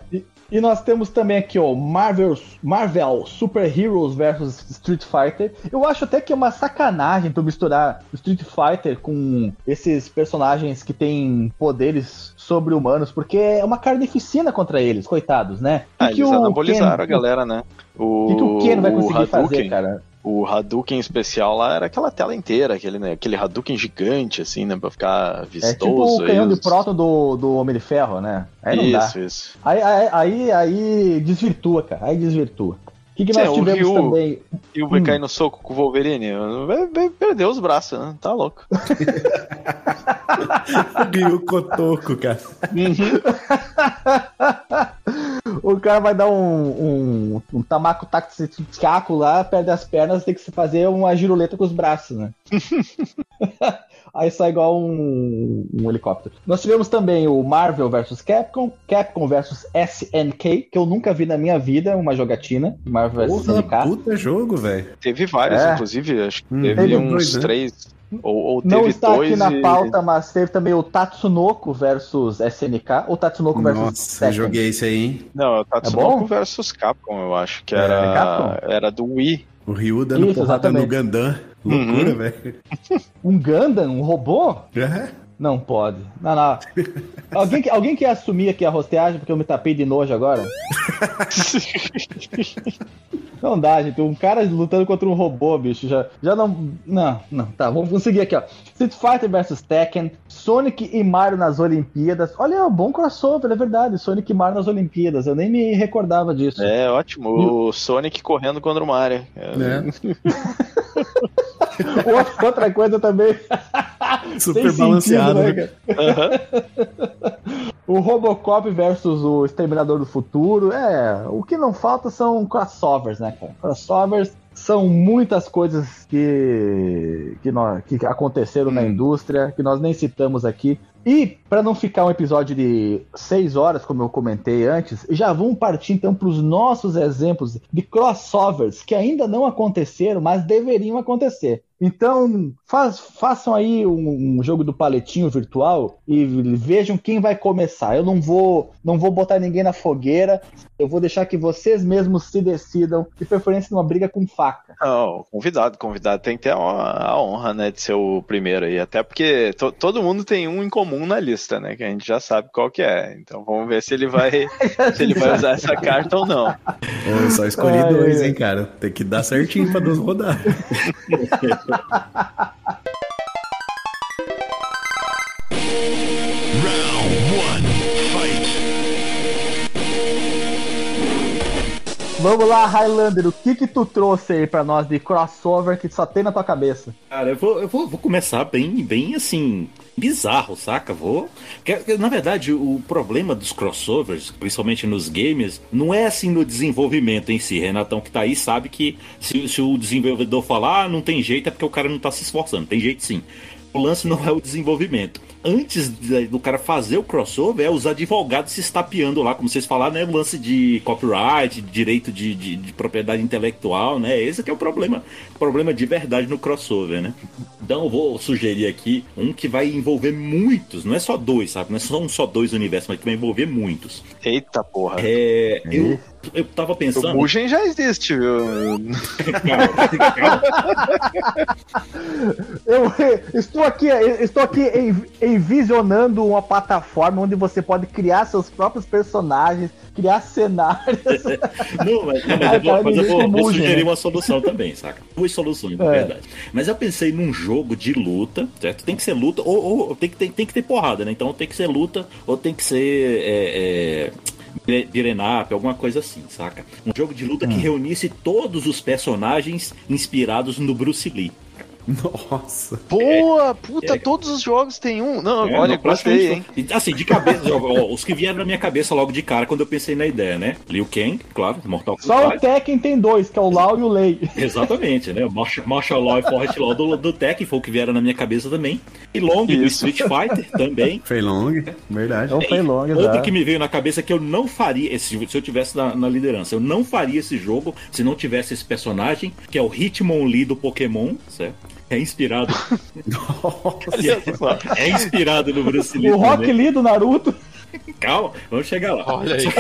S1: E nós temos também aqui, ó, Marvel Super Heroes vs Street Fighter. Eu acho até que é uma sacanagem tu misturar Street Fighter com esses personagens que têm poderes sobre-humanos, porque é uma carnificina contra eles, coitados, né?
S4: Eles anabolizaram a galera, né?
S1: O que o Ken vai conseguir fazer, cara?
S4: O Hadouken especial lá era aquela tela inteira, aquele Hadouken gigante, assim, né? Pra ficar vistoso.
S1: É tipo o canhão de próton do Homem de Ferro, né? Aí não dá.
S4: Isso.
S1: Aí desvirtua, cara. Aí desvirtua. O que nós tivemos também?
S4: E vai cair no soco com o Wolverine? Vai perder os braços, né? Tá louco.
S2: Ryu Kotoko, cara.
S1: O cara vai dar um tamaco taco lá, perde as pernas, tem que fazer uma giroleta com os braços, né? Aí sai igual um helicóptero. Nós tivemos também o Marvel vs Capcom, Capcom vs SNK, que eu nunca vi na minha vida, uma jogatina. Marvel vs SNK.
S2: Puta jogo, velho.
S4: Teve vários, inclusive, acho que teve uns 3. Ou teve
S1: não está
S4: dois
S1: aqui na pauta, mas teve também o Tatsunoko versus SNK, ou Tatsunoko versus
S2: Tekken. Eu joguei esse aí, hein?
S4: Não, é o Tatsunoko versus Capcom, eu acho que era do Wii.
S2: O Ryu dando porrada no Gundam. Loucura, velho.
S1: Um Gundam? Um robô?
S2: É.
S1: Não pode. Não. Alguém quer assumir aqui a rosteagem, porque eu me tapei de nojo agora? Não dá, gente. Um cara lutando contra um robô, bicho. Já não. Não. Tá, vamos seguir aqui, ó. Street Fighter vs Tekken, Sonic e Mario nas Olimpíadas. Olha, é um bom crossover, é verdade. Sonic e Mario nas Olimpíadas. Eu nem me recordava disso.
S4: É, ótimo. O Sonic correndo contra o Mario.
S1: Outra coisa também.
S2: Super balanceado,
S1: né, cara? O Robocop versus o Exterminador do Futuro. O que não falta são crossovers, né, cara? Crossovers são muitas coisas que aconteceram na indústria, que nós nem citamos aqui. E, para não ficar um episódio de 6 horas, como eu comentei antes, já vamos partir então para os nossos exemplos de crossovers que ainda não aconteceram, mas deveriam acontecer. Então, façam aí um jogo do paletinho virtual e vejam quem vai começar. Eu não vou botar ninguém na fogueira, eu vou deixar que vocês mesmos se decidam, de preferência numa briga com faca.
S4: Não, convidado tem que ter a honra, né, de ser o primeiro aí, até porque todo mundo tem um em comum na lista, né, que a gente já sabe qual que é. Então vamos ver se ele vai usar essa carta ou não.
S2: Eu só escolhi 2, hein, cara. Tem que dar certinho pra 2 rodar.
S1: Vamos lá, Highlander, o que tu trouxe aí pra nós de crossover que só tem na tua cabeça?
S3: Cara, eu vou começar bem assim, bizarro, saca? Porque, na verdade, o problema dos crossovers, principalmente nos games, não é assim no desenvolvimento em si. Renatão que tá aí sabe que se o desenvolvedor falar, não tem jeito, é porque o cara não tá se esforçando. Tem jeito sim. O lance não é o desenvolvimento. Antes do cara fazer o crossover, é os advogados se estapeando lá, como vocês falaram, né? O lance de copyright, direito de propriedade intelectual, né? Esse que é o problema de verdade no crossover, né? Então eu vou sugerir aqui um que vai envolver muitos, não é só 2, sabe? Não é só 2 universos, mas que vai envolver muitos.
S4: Eita porra.
S3: Eu tava pensando...
S4: O Mugen já existe, viu?
S1: Eu estou aqui envisionando uma plataforma onde você pode criar seus próprios personagens, criar cenários.
S3: Mas eu vou sugerir uma solução também, saca? 2 soluções, na verdade. Mas eu pensei num jogo de luta, certo? Tem que ser luta, ou tem que ter porrada, né? Então tem que ser luta, ou tem que ser... beat'em up, alguma coisa assim, saca? Um jogo de luta que reunisse todos os personagens inspirados no Bruce Lee.
S2: Nossa.
S4: Boa, puta, todos os jogos tem um. Não, olha, gostei, hein?
S3: Assim, de cabeça, os que vieram na minha cabeça logo de cara quando eu pensei na ideia, né? Liu Kang, claro, Mortal Kombat.
S1: Só o Tekken tem 2, que é o Lao e o Lei.
S3: Exatamente, né? O Martial Law e Forest Law do Tekken foi o que vieram na minha cabeça também. E Long do Street Fighter também.
S2: Fei Long, verdade.
S1: É o Fei Long,
S3: outro que me veio na cabeça que eu não faria, se eu tivesse na liderança, eu não faria esse jogo se não tivesse esse personagem, que é o Hitmonlee do Pokémon, certo? É inspirado. É inspirado no Bruce Lee.
S1: O Rock Lee do Naruto.
S3: Calma, vamos chegar lá.
S5: Olha aí.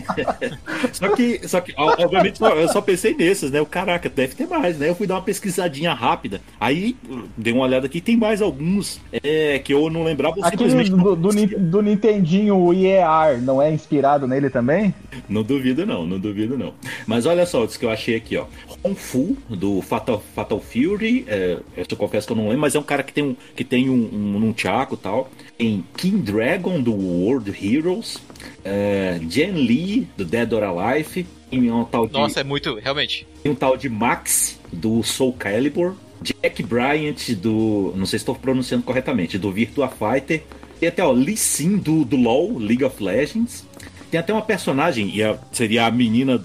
S3: Só que, obviamente, eu só pensei nesses, né? Caraca, deve ter mais, né? Eu fui dar uma pesquisadinha rápida. Aí, dei uma olhada aqui, tem mais alguns que eu não lembrava.
S1: Aquele do Nintendinho, o EAR, não é inspirado nele também?
S3: Não duvido não. Mas olha só, os que eu achei aqui, ó. Hongfu, do Fatal Fury. Eu confesso que eu não lembro, mas é um cara que tem um Chaco e tal. Tem King Dragon, do World Heroes. Jen Lee, do Dead or Alive. Tem um tal de,
S5: Nossa, é muito, realmente.
S3: Tem um tal de Max, do Soul Calibur. Jack Bryant, do... Não sei se estou pronunciando corretamente, do Virtua Fighter. Tem até, Lee Sin, do LoL, League of Legends. Tem até uma personagem, seria a menina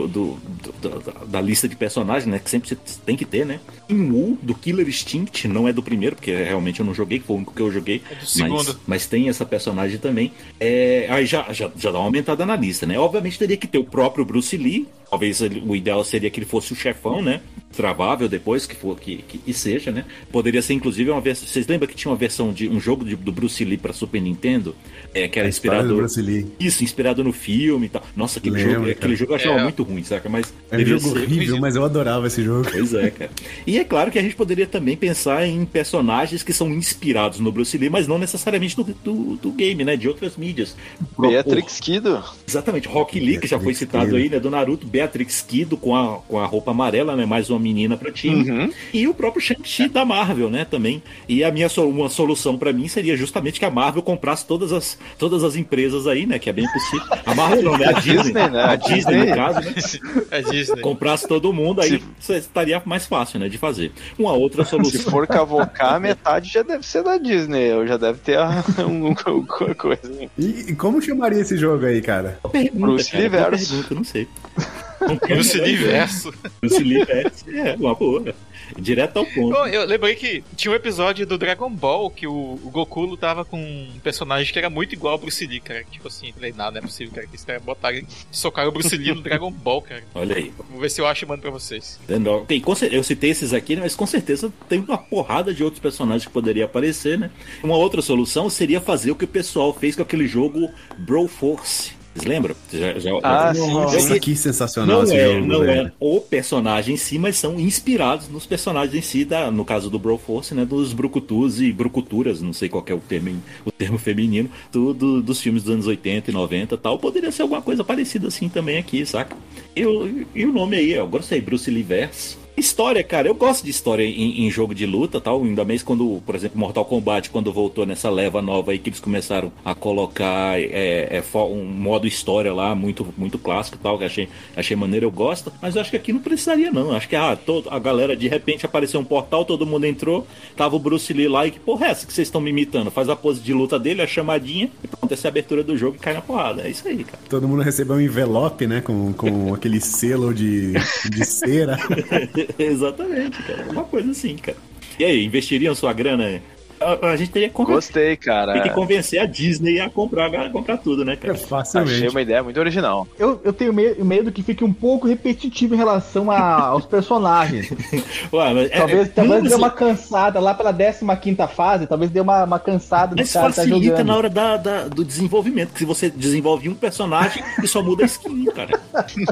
S3: da lista de personagens, né? Que sempre você tem que ter, né? Inwu, do Killer Instinct, não é do primeiro, porque realmente eu não joguei, foi o único que eu joguei.
S5: É do segundo.
S3: Mas tem essa personagem também. Aí já dá uma aumentada na lista, né? Obviamente teria que ter o próprio Bruce Lee. Talvez o ideal seria que ele fosse o chefão, né? Travável depois, que seja, né? Poderia ser, inclusive, uma versão... Vocês lembram que tinha uma versão de um jogo do Bruce Lee para Super Nintendo? Que era inspirado...
S2: Bruce Lee.
S3: Isso, inspirado no filme e tal. Nossa, aquele jogo eu achava muito ruim, saca? Mas
S2: um jogo horrível, mas eu adorava esse jogo.
S3: Pois é, cara. E é claro que a gente poderia também pensar em personagens que são inspirados no Bruce Lee, mas não necessariamente do game, né? De outras mídias.
S4: Beatrix Kido.
S3: Exatamente. Rock Lee, que já foi citado aí, né? Do Naruto. Beatrix Kido com a roupa amarela, né? Mais uma menina pra time.
S4: Uhum.
S3: E o próprio Shang-Chi da Marvel, né? Também. E uma solução pra mim seria justamente que a Marvel comprasse todas as empresas aí, né? Que é bem possível. A Marvel não, né? A Disney, né? A Disney, no caso, né?
S5: É Disney.
S3: Comprasse todo mundo, aí estaria mais fácil, né? De fazer. Uma outra solução.
S4: Se for cavocar, metade já deve ser da Disney. Eu já deve ter alguma coisa.
S2: E como chamaria esse jogo aí, cara?
S4: Bruce Lee verso.
S3: Não sei.
S5: Bruce Lee verso.
S3: Bruce Lee verso. Uma boa. Direto ao ponto.
S5: Eu lembrei que tinha um episódio do Dragon Ball que o Goku lutava com um personagem que era muito igual ao Bruce Lee, cara. Tipo assim, falei, nada, não é possível, cara, que esse cara botaram, socaram o Bruce Lee no Dragon Ball, cara.
S3: Olha aí.
S5: Vou ver se eu acho e mando pra vocês.
S3: Eu citei esses aqui, mas com certeza tem uma porrada de outros personagens que poderia aparecer, né? Uma outra solução seria fazer o que o pessoal fez com aquele jogo Broforce. Vocês lembram?
S2: Nossa, que sensacional esse jogo.
S3: Não é o personagem em si, mas são inspirados nos personagens em si, no caso do Broforce, né? Dos brucutus e brucuturas, não sei qual é o termo feminino, dos filmes dos anos 80 e 90 e tal. Poderia ser alguma coisa parecida assim também aqui, saca? E o nome aí, eu gostei, Bruce Lee Verse. História, cara, eu gosto de história em jogo de luta, tal, ainda mais quando, por exemplo, Mortal Kombat, quando voltou nessa leva nova aí que eles começaram a colocar um modo história lá, muito, muito clássico e tal, que achei maneiro, eu gosto, mas eu acho que aqui não precisaria não, acho que a galera, de repente, apareceu um portal, todo mundo entrou, tava o Bruce Lee lá e que porra é essa que vocês estão me imitando? Faz a pose de luta dele, a chamadinha, e pronto, essa é a abertura do jogo e cai na porrada, é isso aí, cara.
S2: Todo mundo recebeu um envelope, né, com aquele selo de cera.
S3: Exatamente, cara. Uma coisa assim, cara. E aí, investiriam sua grana? A gente teria que
S4: Gostei, cara.
S3: Tem que convencer a Disney a comprar tudo, né, cara?
S2: Facilmente.
S4: Achei uma ideia muito original.
S1: Eu tenho medo que fique um pouco repetitivo em relação aos personagens.
S3: Ué, mas
S1: talvez dê uma cansada lá pela 15ª fase, talvez dê uma cansada do cara
S3: tá jogando. Mas facilita na hora do desenvolvimento, que se você desenvolve um personagem e só muda a skin, cara.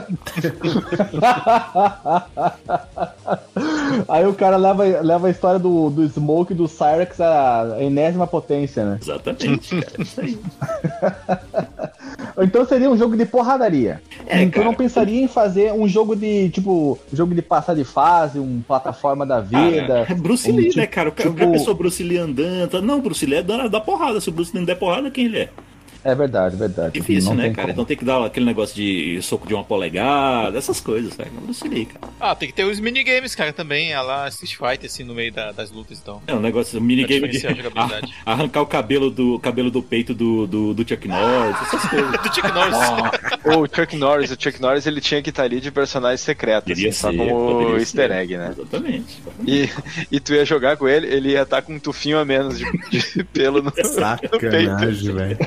S1: Aí o cara leva a história do Smoke e do Cyrex a enésima potência, né?
S3: Exatamente, cara. Isso aí.
S1: Então seria um jogo de porradaria. Então
S3: cara,
S1: não pensaria em fazer um jogo de, jogo de passar de fase, plataforma da vida.
S3: É Bruce Lee,
S1: tipo,
S3: né, cara? Já pensou Bruce Lee andando? Não, Bruce Lee é da porrada. Se o Bruce Lee não der porrada, quem ele é?
S1: É verdade.
S3: Difícil,
S1: não
S3: né, cara?
S1: Como.
S3: Então tem que dar aquele negócio de soco de 1 polegada, essas coisas, sabe? Bruce Lee, cara.
S5: Tem que ter os minigames, cara, também, lá Street Fighter, assim, no meio das lutas, então.
S3: É um negócio, minigame de arrancar o cabelo do peito do Chuck Norris, essas coisas.
S5: Do Chuck Norris.
S4: O Chuck Norris, ele tinha que estar ali de personagem secreto, assim, só como easter egg, né?
S3: Exatamente.
S4: E tu ia jogar com ele ia estar com um tufinho a menos de pelo no peito.
S2: Sacanagem, velho.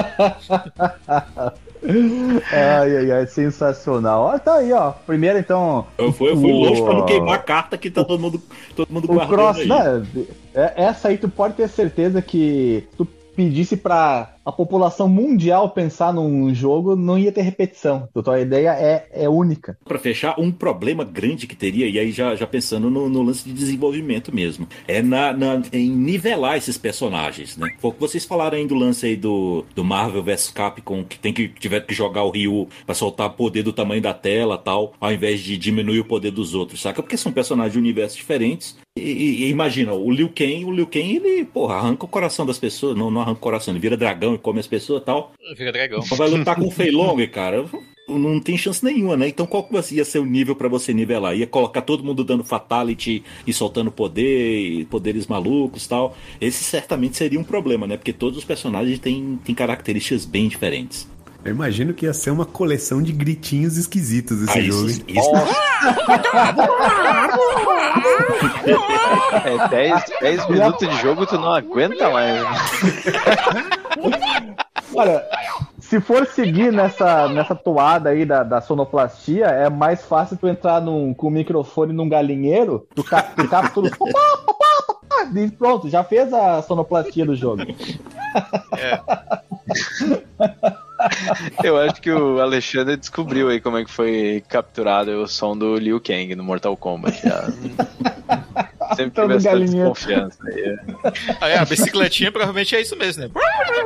S1: Ai, sensacional. Ó, tá aí, ó. Primeiro, então.
S3: Eu fui longe pra não queimar a carta que tá todo mundo guardando
S1: cross,
S3: aí.
S1: Né, essa aí tu pode ter certeza que tu pedisse pra a população mundial pensar num jogo, não ia ter repetição. Então a ideia é única.
S3: Para fechar, um problema grande que teria, e aí já pensando no lance de desenvolvimento mesmo, é em nivelar esses personagens, né? Foi o que vocês falaram aí do lance aí do Marvel vs Capcom, que tiver que jogar o Ryu pra soltar poder do tamanho da tela e tal, ao invés de diminuir o poder dos outros, saca? Porque são personagens de universos diferentes. E imagina, o Liu Kang, ele, porra, arranca o coração das pessoas, não arranca o coração, ele vira dragão e come as pessoas e tal.
S5: Vira dragão.
S3: Então vai lutar com o Fei Long, cara, não tem chance nenhuma, né? Então qual que ia ser o nível pra você nivelar? Ia colocar todo mundo dando fatality e soltando poderes malucos e tal. Esse certamente seria um problema, né? Porque todos os personagens têm características bem diferentes.
S2: Eu imagino que ia ser uma coleção de gritinhos esquisitos esse jogo, hein?
S3: Isso.
S4: É 10 minutos de jogo, tu não aguenta mais.
S1: Olha, se for seguir nessa toada aí da sonoplastia, é mais fácil tu entrar com o microfone num galinheiro, tu capta tudo. E pronto, já fez a sonoplastia do jogo.
S4: Eu acho que o Alexandre descobriu aí como é que foi capturado o som do Liu Kang no Mortal Kombat. Sempre tive essa desconfiança aí.
S5: A bicicletinha provavelmente é isso mesmo, né?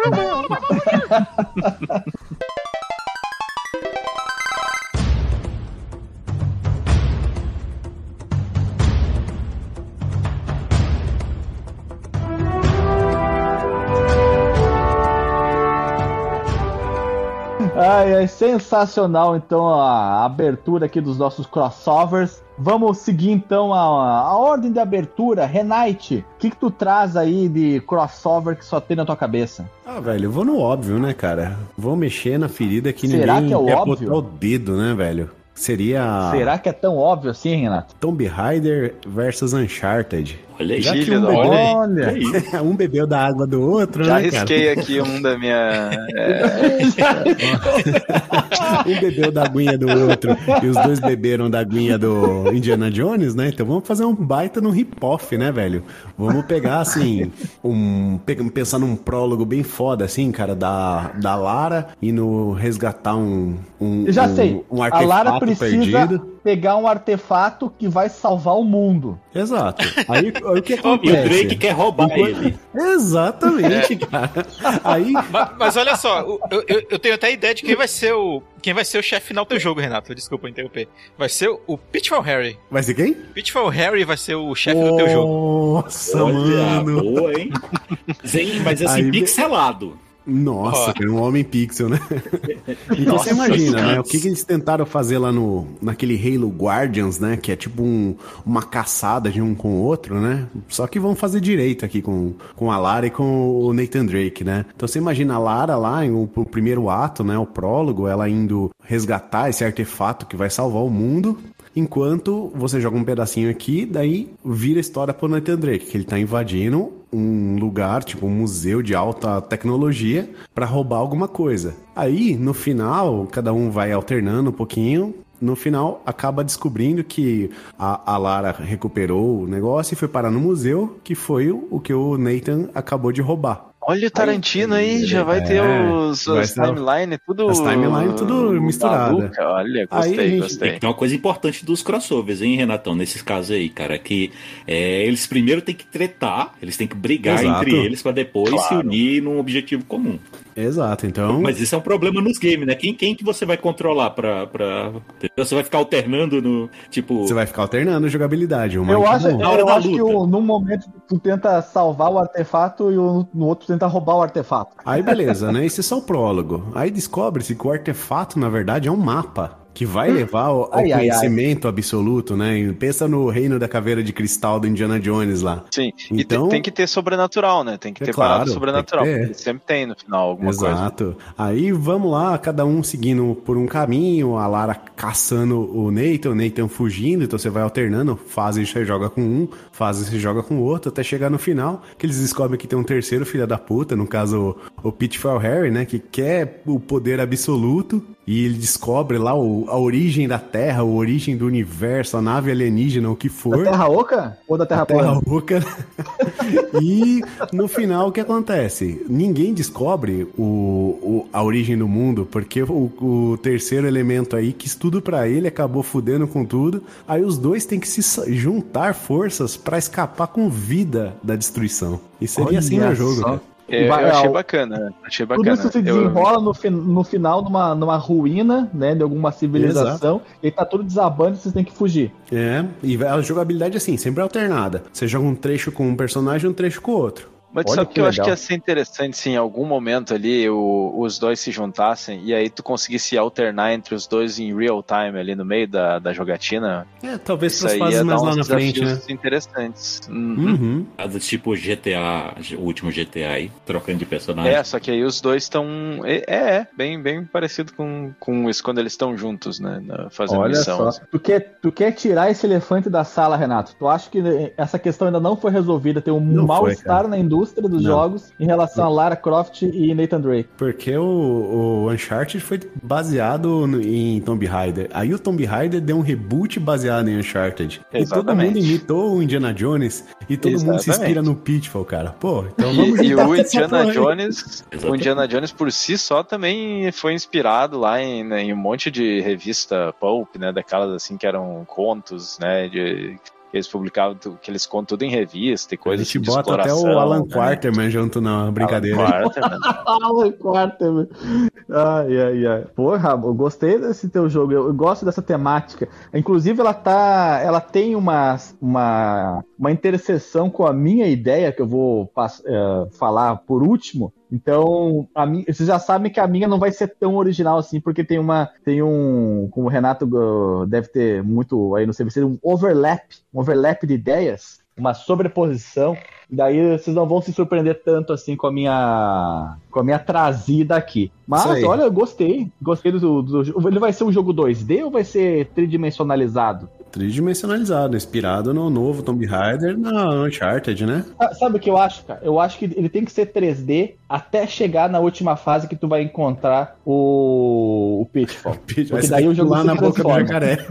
S1: É sensacional, então, a abertura aqui dos nossos crossovers. Vamos seguir, então, a ordem de abertura. Renate, o que tu traz aí de crossover que só tem na tua cabeça?
S2: Ah, velho, eu vou no óbvio, né, cara? Vou mexer na ferida que
S1: Será
S2: ninguém
S1: que é o
S2: quer
S1: óbvio?
S2: botar o dedo, né, velho?
S1: Será que é tão óbvio assim, Renato?
S2: Tomb Raider versus Uncharted.
S3: Olha aí,
S2: Já que
S4: filho,
S1: Olha.
S2: um bebeu da água do outro,
S4: Já
S2: né, cara?
S4: risquei aqui um da minha...
S2: Um bebeu da aguinha do outro e os dois beberam da aguinha do Indiana Jones, né? Então vamos fazer um baita no rip-off, né, velho? Vamos pegar, assim, pensar num prólogo bem foda, assim, cara, da Lara indo resgatar um artefato
S1: a Lara precisa
S2: perdido.
S1: pegar um artefato que vai salvar o mundo.
S2: Exato. Aí o que
S3: E
S2: acontece?
S3: o Drake quer roubar ele.
S2: Exatamente, cara. Aí...
S5: Mas olha só, eu tenho até a ideia de quem vai ser o chefe final do teu jogo, Renato. Desculpa interromper. Vai ser o Pitfall Harry.
S2: Vai ser quem?
S5: Pitfall Harry vai ser o chefe do teu jogo.
S2: Nossa,
S3: Olha,
S2: mano.
S3: boa, hein? Mas assim,
S2: Aí,
S3: pixelado.
S2: Nossa, cara, um homem pixel, né? Então você imagina, né? O que eles tentaram fazer lá naquele Halo Guardians, né? Que é tipo uma caçada de um com o outro, né? Só que vão fazer direito aqui com a Lara e com o Nathan Drake, né? Então você imagina a Lara lá, o primeiro ato, né? O prólogo, ela indo resgatar esse artefato que vai salvar o mundo. Enquanto você joga um pedacinho aqui, daí vira a história pro Nathan Drake, que ele tá invadindo um lugar, tipo um museu de alta tecnologia, pra roubar alguma coisa. Aí, no final, cada um vai alternando um pouquinho. No final, acaba descobrindo que a Lara recuperou o negócio e foi parar no museu, que foi o que o Nathan acabou de roubar.
S4: Olha o Tarantino aí, já vai ter os timeline, tudo...
S2: As timeline tudo misturada.
S4: Olha, gostei.
S3: Tem uma coisa importante dos crossovers, hein, Renatão, nesses casos aí, cara, que eles primeiro têm que tretar, eles têm que brigar entre eles pra depois se unir num objetivo comum.
S2: Exato, então...
S3: Mas isso é um problema nos games, né? Quem que você vai controlar pra... Você vai ficar alternando no... Tipo...
S2: Você vai ficar alternando a jogabilidade.
S1: Eu acho que num momento tu tenta salvar o artefato e no outro tenta roubar o artefato.
S2: Aí beleza, né? Esse é só o prólogo. Aí descobre-se que o artefato, na verdade, é um mapa. Que vai levar ao conhecimento absoluto, né? E pensa no reino da caveira de cristal do Indiana Jones lá.
S4: Sim,
S2: então,
S4: e tem que ter sobrenatural, né? Tem que ter parada sobrenatural. Sempre tem no final alguma coisa.
S2: Exato. Aí vamos lá, cada um seguindo por um caminho, a Lara caçando o Nathan fugindo, então você vai alternando, fase você joga com um, fase você joga com o outro, até chegar no final, que eles descobrem que tem um terceiro filho da puta, no caso o Pitfall Harry, né? Que quer o poder absoluto, e ele descobre lá o a origem da Terra, a origem do universo, a nave alienígena, o que for.
S1: Da Terra Oca ou da Terra plana?
S2: Terra Oca. E no final, o que acontece? Ninguém descobre a origem do mundo, porque o terceiro elemento aí quis tudo pra ele, acabou fudendo com tudo. Aí os dois têm que se juntar forças pra escapar com vida da destruição. E seria assim no jogo, cara.
S4: Eu achei bacana,
S1: Tudo isso se desenrola no final numa ruína, né, de alguma civilização. Exato. E tá tudo desabando e vocês têm que fugir.
S2: E a jogabilidade assim, sempre alternada. Você joga um trecho com um personagem e um trecho com o outro.
S4: Mas
S1: Olha
S4: sabe que eu
S1: legal.
S4: acho que ia ser interessante se em algum momento ali os dois se juntassem e aí tu conseguisse alternar entre os dois em real time ali no meio da jogatina.
S2: Talvez para as fases mais lá na frente, né?
S4: Interessantes.
S3: Tipo GTA, o último GTA aí, trocando de personagem.
S4: Só que aí os dois estão... bem parecido com isso quando eles estão juntos, né? Fazendo
S1: Olha
S4: missão.
S1: Só.
S4: Assim.
S1: Tu quer tirar esse elefante da sala, Renato? Tu acha que essa questão ainda não foi resolvida? Tem um mal-estar na indústria dos jogos em relação a Lara Croft e Nathan Drake.
S2: Porque o Uncharted foi baseado em Tomb Raider. Aí o Tomb Raider deu um reboot baseado em Uncharted.
S4: Exatamente.
S2: E todo mundo imitou o Indiana Jones. E todo mundo se inspira no Pitfall, cara. Pô, então vamos
S4: E o Indiana Jones por si só também foi inspirado lá em um monte de revista pulp, né? Daquelas assim que eram contos, né? Eles publicavam que eles contam tudo em revista e coisas
S2: assim de exploração. A gente bota até o Alan Quarterman junto na brincadeira.
S1: Alan Quarterman. Ai. Porra, eu gostei desse teu jogo. Eu gosto dessa temática. Inclusive, ela tem uma interseção com a minha ideia, que eu vou falar por último. Então, vocês já sabem que a minha não vai ser tão original assim, porque tem um, como o Renato deve ter muito aí no CVC, um overlap de ideias, uma sobreposição, e daí vocês não vão se surpreender tanto assim com a minha trazida aqui. Mas, olha, eu gostei do jogo. Ele vai ser um jogo 2D ou vai ser tridimensionalizado?
S2: Tridimensionalizado, inspirado no novo Tomb Raider, na Uncharted, né?
S1: Sabe o que eu acho, cara? Eu acho que ele tem que ser 3D até chegar na última fase que tu vai encontrar o Pitfall. Porque daí o jogo
S2: lá
S1: se
S2: na boca do
S1: transforma.
S2: jacaré.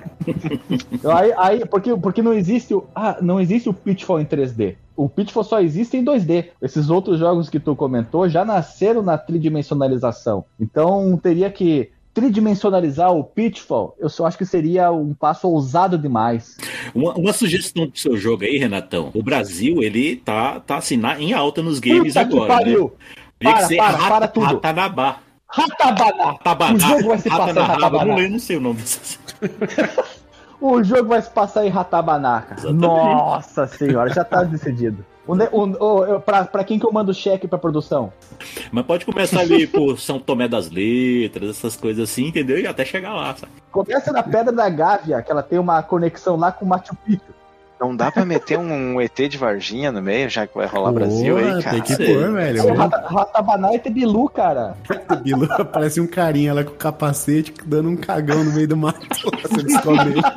S1: Porque não existe o Pitfall em 3D. O Pitfall só existe em 2D. Esses outros jogos que tu comentou já nasceram na tridimensionalização. Então teria que tridimensionalizar o Pitfall, eu só acho que seria um passo ousado demais.
S3: Uma sugestão pro seu jogo aí, Renatão. O Brasil, ele tá assim, em alta nos games
S1: Puta
S3: agora.
S1: Que pariu.
S3: Né?
S1: Para tudo.
S3: Ratanabá.
S1: O jogo vai se passar em Ratabaná.
S3: Eu não sei o nome disso.
S1: O jogo vai se passar em Ratabaná, cara.
S3: Exatamente.
S1: Nossa senhora, já tá decidido. Pra quem que eu mando cheque pra produção?
S3: Mas pode começar ali por São Tomé das Letras, essas coisas assim, entendeu? E até chegar lá, sabe?
S1: Começa na Pedra da Gávea, que ela tem uma conexão lá com o Machu Picchu.
S4: Não dá pra meter um ET de Varginha no meio, já que vai rolar Brasil aí, cara?
S2: Tem que pôr, velho.
S1: Ratabaná e Tebilu, cara.
S2: Tebilu parece um carinha lá com capacete dando um cagão no meio do mato. Você descobre ele.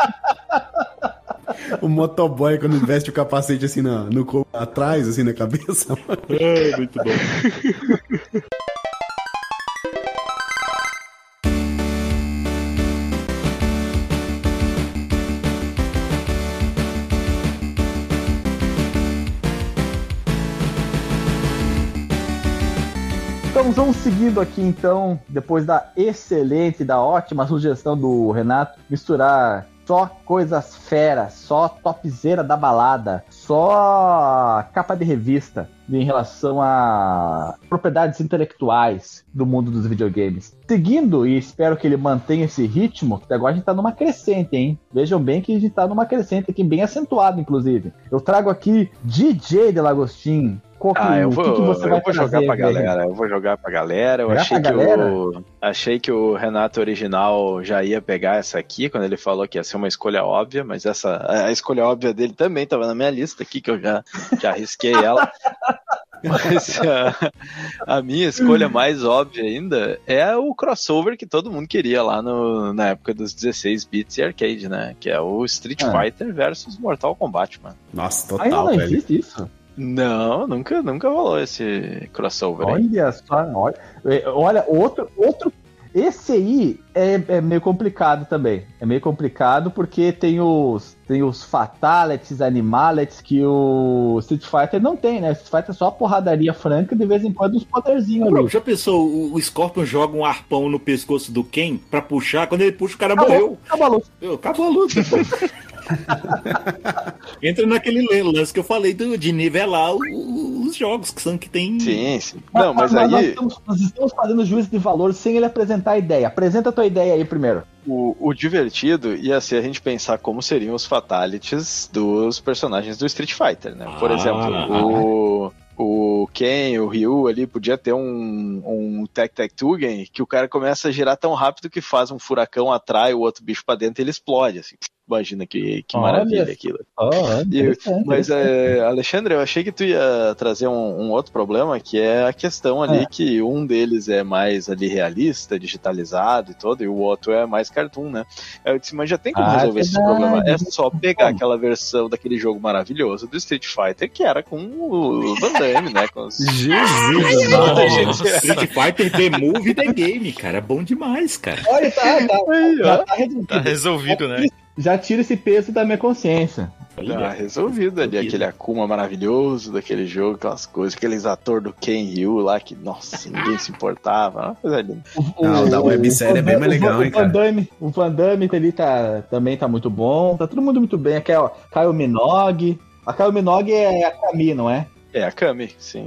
S2: O motoboy, quando veste o capacete assim atrás, assim na cabeça.
S3: Muito bom.
S1: Então vamos seguindo aqui então, depois da excelente, da ótima sugestão do Renato, misturar só coisas feras, só topzera da balada, só capa de revista em relação a propriedades intelectuais do mundo dos videogames. Seguindo, e espero que ele mantenha esse ritmo, que agora a gente tá numa crescente, hein? Vejam bem que a gente tá numa crescente aqui, bem acentuado, inclusive. Eu trago aqui DJ Delagostin.
S4: Eu vou jogar pra galera. Eu vou jogar pra galera. Eu achei que o Renato original já ia pegar essa aqui, quando ele falou que ia ser uma escolha óbvia, mas a escolha óbvia dele também estava na minha lista aqui, que eu já arrisquei ela. Mas a minha escolha mais óbvia ainda é o crossover que todo mundo queria lá na época dos 16 bits e arcade, né? Que é o Street Fighter versus Mortal Kombat, mano.
S2: Nossa, total,
S1: ainda não existe isso?
S4: Não, nunca rolou esse crossover.
S1: Olha só, olha outro. Esse aí é meio complicado também. É meio complicado porque tem os Fatalities, Animalities que o Street Fighter não tem, né? O Street Fighter é só porradaria franca e de vez em quando uns poderzinhos ali.
S3: Já pensou, o Scorpion joga um arpão no pescoço do Ken pra puxar, quando ele puxa o cara morreu.
S1: Acabou a luta.
S3: Acabou a luta. Entra naquele lance que eu falei de nivelar os jogos que tem.
S4: Sim. Não, mas aí.
S1: Nós estamos fazendo juízo de valor sem ele apresentar a ideia. Apresenta a tua ideia aí primeiro.
S4: O divertido ia ser a gente pensar como seriam os fatalities dos personagens do Street Fighter, né? Por exemplo, o Ken, o Ryu ali podia ter um Tag-Tag-Two game que o cara começa a girar tão rápido que faz um furacão, atrai o outro bicho pra dentro e ele explode, assim. Imagina que maravilha aquilo. Mas, Alexandre, eu achei que tu ia trazer um outro problema, que é a questão ali que um deles é mais ali realista, digitalizado e todo, e o outro é mais cartoon, né? Eu disse, mas já tem como resolver esse problema. É só pegar aquela versão daquele jogo maravilhoso do Street Fighter, que era com o Van Damme, né? Com os...
S3: Jesus! Street Fighter The Movie The Game, cara. É bom demais, cara.
S1: Olha,
S5: tá resolvido, né?
S1: Já tira esse peso da minha consciência.
S4: Tá resolvido ali, aquele Akuma maravilhoso daquele jogo, aquelas coisas, aqueles atores do Ken Ryu lá que, nossa, ninguém se importava, uma coisa linda.
S2: O da websérie é bem mais legal, hein, cara.
S1: O Van Damme ali também tá muito bom, tá todo mundo muito bem. Aqui é o Kyle Minogue. A Kyle Minogue é a Kami, não é?
S4: É a Kami, sim.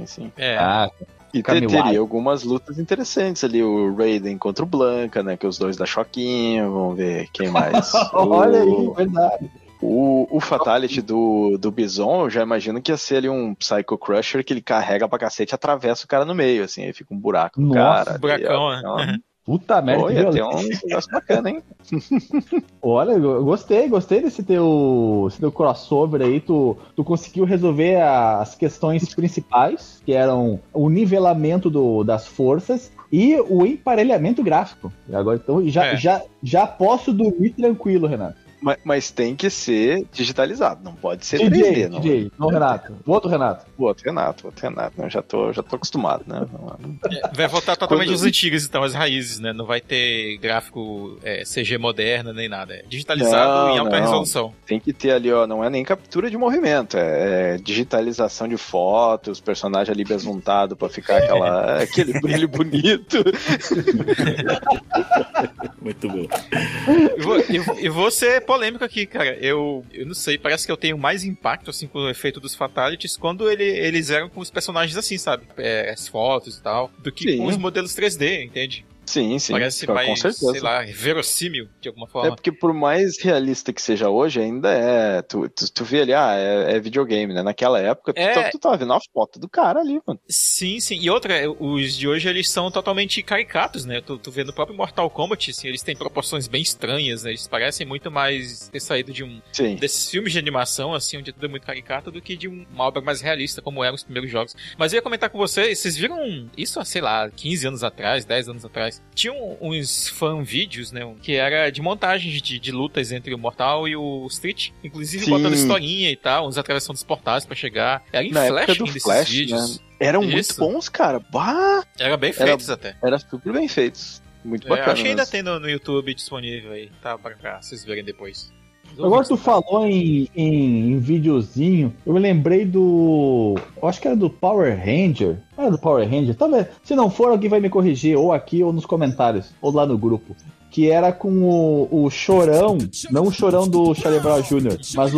S4: E teria algumas lutas interessantes ali, o Raiden contra o Blanca, né, que os dois da Choquinho, vamos ver quem mais.
S1: Olha aí, verdade.
S4: O Fatality do Bison, eu já imagino que ia ser ali um Psycho Crusher que ele carrega pra cacete e atravessa o cara no meio, assim, aí fica um buraco no cara.
S5: Buracão, né?
S1: Puta merda.
S4: Olha, tem um negócio bacana, hein?
S1: Olha, eu gostei desse teu crossover aí. Tu conseguiu resolver as questões principais, que eram o nivelamento das forças e o emparelhamento gráfico. Agora, então, já posso dormir tranquilo, Renato.
S4: Mas tem que ser digitalizado, não pode ser 3D, não.
S1: Não, Renato. O outro Renato.
S4: O outro Renato. Eu já tô acostumado, né?
S5: Vai voltar totalmente aos antigos, então, as raízes, né? Não vai ter gráfico CG moderna nem nada. É digitalizado em alta resolução.
S4: Tem que ter ali, ó, não é nem captura de movimento, é digitalização de fotos, personagem ali besuntado pra ficar aquele brilho bonito.
S3: Muito bom.
S5: E vou ser polêmico aqui, cara. Eu não sei, parece que eu tenho mais impacto, assim, com o efeito dos Fatalities quando eles eram com os personagens assim, sabe? As fotos e tal, do que com os modelos 3D, entende?
S4: Sim.
S5: Parece mais, com certeza, sei lá, verossímil, de alguma forma.
S4: É porque por mais realista que seja hoje, ainda é... Tu vê ali, é videogame, né? Naquela época, tu tava vendo a foto do cara ali, mano.
S5: Sim. E outra, os de hoje, eles são totalmente caricatos, né? Tu vê no próprio Mortal Kombat, assim, eles têm proporções bem estranhas, né? Eles parecem muito mais ter saído de desses filmes de animação, assim, onde tudo é muito caricato, do que de uma obra mais realista, como eram os primeiros jogos. Mas eu ia comentar com vocês viram isso há, sei lá, 15 anos atrás, 10 anos atrás? Tinham uns fan-vídeos, né? Que era de montagens de lutas entre o Mortal e o Street. Inclusive botando historinha e tal, uns atravessando os portais pra chegar. Era em Flash ainda esses vídeos.
S4: Né? Eram muito bons, cara. Bah!
S5: Era bem feitos até.
S4: Era super bem feitos. Muito bacana.
S5: Acho que ainda tem no YouTube disponível aí. Tá pra cá, vocês verem depois.
S1: Agora tu falou em videozinho, eu me lembrei eu acho que era do Power Ranger. Não era do Power Ranger? Talvez, se não for, alguém vai me corrigir, ou aqui, ou nos comentários, ou lá no grupo. Que era com o Chorão, não o Chorão do Charlie Brown Jr., mas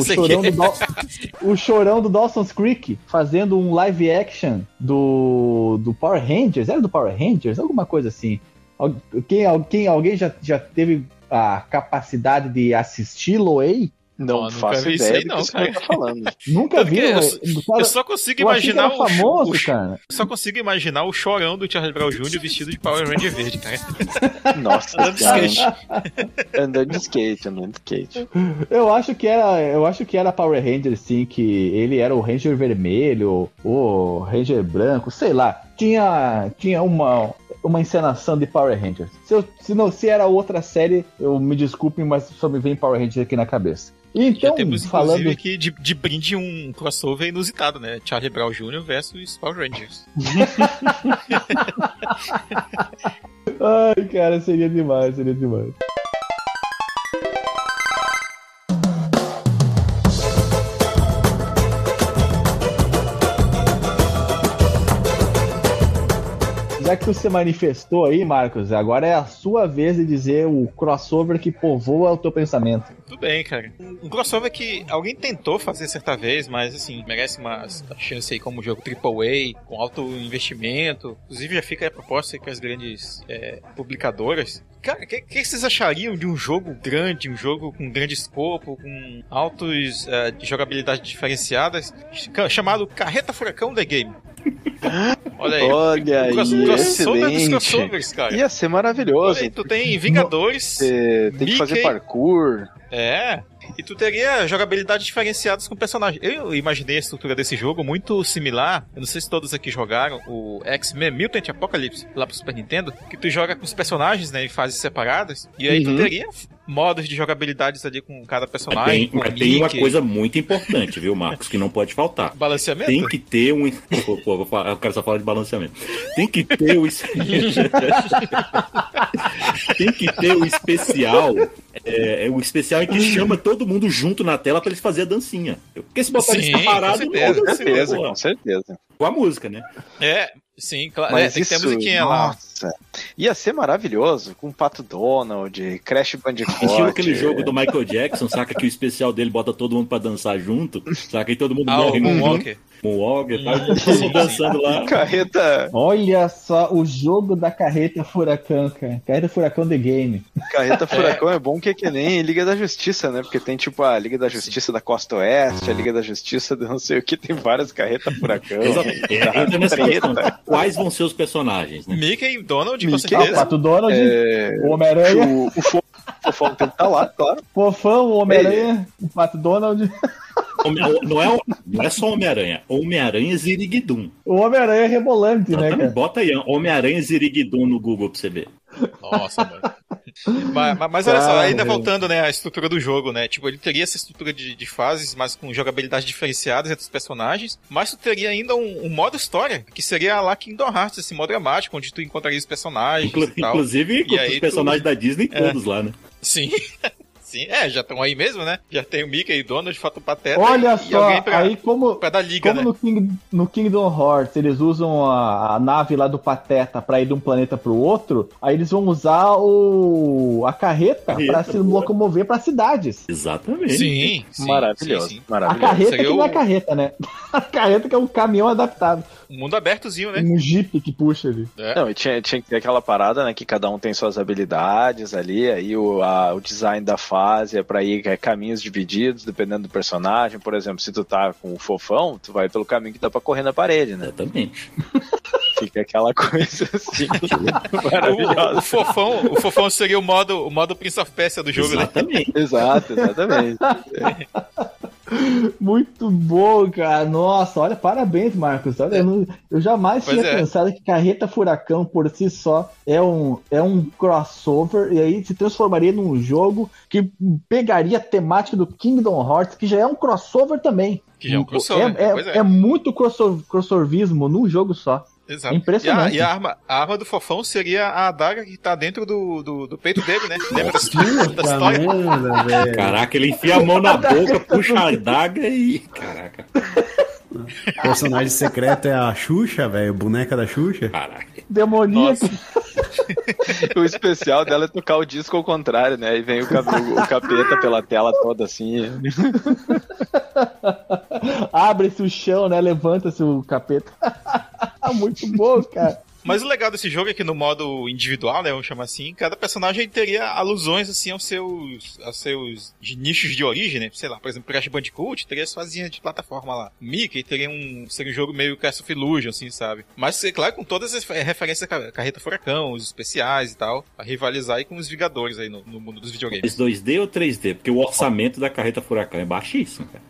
S1: o Chorão do Dawson's Creek, fazendo um live action do Power Rangers. Era do Power Rangers? Alguma coisa assim. Alguém já teve a capacidade de assisti-lo aí?
S4: Não faço ideia do que você tá falando.
S1: Nunca vi.
S5: Eu só consigo imaginar
S1: cara.
S5: Só consigo imaginar o Chorão do Charlie Brown Jr. vestido de Power Ranger verde, cara.
S4: Nossa, andando de skate.
S1: Eu acho que era Power Ranger, sim, que ele era o Ranger vermelho, o Ranger branco, sei lá. Tinha uma encenação de Power Rangers. Se era outra série, eu me desculpem, mas só me vem Power Rangers aqui na cabeça. Então,
S5: já temos, inclusive, aqui de brinde um crossover inusitado, né? Charlie Brown Jr. versus Power Rangers.
S1: Ai, cara, seria demais, seria demais. Já que tu se manifestou aí, Marcos, agora é a sua vez de dizer o crossover que povoa o teu pensamento.
S5: Tudo bem, cara. Um crossover que alguém tentou fazer certa vez, mas assim, merece uma chance aí como jogo AAA, com alto investimento. Inclusive já fica a proposta aí com as grandes publicadoras. Cara, o que vocês achariam de um jogo grande, um jogo com grande escopo, com altos de jogabilidade diferenciadas, chamado Carreta Furacão The Game? Olha aí.
S4: Olha aí,
S5: crossover dos
S4: excelente.
S5: crossovers, cara.
S4: Ia ser maravilhoso.
S5: Olha aí, tu tem Vingadores,
S4: Você tem que fazer parkour.
S5: E tu teria jogabilidades diferenciadas com personagens. Eu imaginei a estrutura desse jogo muito similar. Eu não sei se todos aqui jogaram o X-Men Mutant Apocalypse lá pro Super Nintendo, que tu joga com os personagens, né, em fases separadas. E aí tu teria modos de jogabilidades ali com cada personagem.
S3: Mas tem uma coisa muito importante, viu, Marcos, que não pode faltar.
S5: Balanceamento?
S3: Tem que ter um... Pô, eu quero só falar de balanceamento. Tem que ter o... Tem que ter o especial... o especial em que chama todo mundo junto na tela pra eles fazerem a dancinha. Porque se botar eles separados...
S4: Com certeza.
S3: Com a música, né?
S5: Sim, claro.
S4: Mas
S5: tem que ter a musiquinha lá.
S4: Nossa, ia ser maravilhoso com o Pato Donald, Crash Bandicoot.
S3: Estilo aquele jogo do Michael Jackson, saca que o especial dele bota todo mundo pra dançar junto, saca? E todo mundo morre no
S5: Moonwalker.
S3: Moonwalker, tá? Todo mundo dançando lá.
S4: Carreta.
S1: Olha só o jogo da Carreta Furacão, cara. Carreta Furacão The Game.
S4: Carreta Furacão é bom que é que nem Liga da Justiça, né? Porque tem tipo a Liga da Justiça da Costa Oeste, a Liga da Justiça de não sei o que, tem várias Carreta Furacão.
S3: Entra nessa questão. Quais vão ser os personagens, né?
S5: Mickey e Donald, com
S1: O
S5: certeza.
S1: Pato Donald, o Homem-Aranha.
S4: O Fofão tem que estar lá, claro.
S1: Fofão, o Homem-Aranha, o Pato Donald.
S3: Não é só Homem-Aranha, Homem-Aranha Ziriguidum.
S1: O Homem-Aranha rebolante, né, cara?
S3: Bota aí, Homem-Aranha Ziriguidum no Google pra você ver.
S5: Nossa, mano. Mas olha só, ainda voltando, né, à estrutura do jogo, né? Tipo, ele teria essa estrutura de fases, mas com jogabilidade diferenciadas entre os personagens, mas tu teria ainda um modo história, que seria lá Kingdom Hearts, esse modo dramático, onde tu encontraria os personagens e tal.
S3: Inclusive com os personagens da Disney todos lá, né?
S5: Sim. Sim, já estão aí mesmo, né? Já tem o Mickey e Donald, Fato Pateta.
S1: Olha só,
S5: alguém
S1: aí pra dar liga, como né? no Kingdom Hearts eles usam a nave lá do Pateta pra ir de um planeta pro outro, aí eles vão usar a carreta pra se locomover pra cidades.
S3: Exatamente.
S5: Sim.
S4: Maravilhoso.
S5: Sim.
S1: A carreta que não é carreta, né? A carreta que é um caminhão adaptado.
S5: Um mundo abertozinho, né?
S1: Um jeep que puxa ali.
S4: Não, e tinha que ter aquela parada, né? Que cada um tem suas habilidades ali, aí o design da fase é pra ir caminhos divididos, dependendo do personagem. Por exemplo, se tu tá com o Fofão, tu vai pelo caminho que dá pra correr na parede, né?
S3: Exatamente.
S4: Fica aquela coisa assim, maravilhosa.
S5: O Fofão seria o modo Prince of Persia do jogo,
S3: exatamente.
S5: Né?
S4: Exatamente.
S1: Muito bom, cara. Nossa, olha, parabéns, Marcos. Olha, eu jamais tinha pensado que Carreta Furacão por si só é um crossover e aí se transformaria num jogo que pegaria a temática do Kingdom Hearts, que já é um crossover também.
S5: Que já é um crossover.
S1: É muito crossovismo num jogo só.
S5: Exato.
S1: É impressionante.
S5: E a arma do Fofão seria a adaga que tá dentro do peito dele, né? Lembra da história?
S3: Caraca, ele enfia a mão na boca, puxa a adaga e... Caraca.
S2: O personagem secreto é a Xuxa, velho, boneca da Xuxa.
S3: Caraca.
S1: Demoníaco.
S4: O especial dela é tocar o disco ao contrário, né? E vem o capeta pela tela toda assim.
S1: Abre-se o chão, né? Levanta-se o capeta. Muito bom, cara.
S5: Mas o legal desse jogo é que no modo individual, né, vamos chamar assim, cada personagem teria alusões assim aos seus nichos de origem, né? Sei lá, por exemplo, Crash Bandicoot teria as fazinhas de plataforma lá. Mickey seria um jogo meio Cast of Illusion, assim, sabe? Mas, claro, com todas as referências a Carreta Furacão, os especiais e tal, a rivalizar aí com os Vingadores aí no mundo dos videogames.
S3: 2D ou 3D? Porque o orçamento da Carreta Furacão é baixíssimo, cara.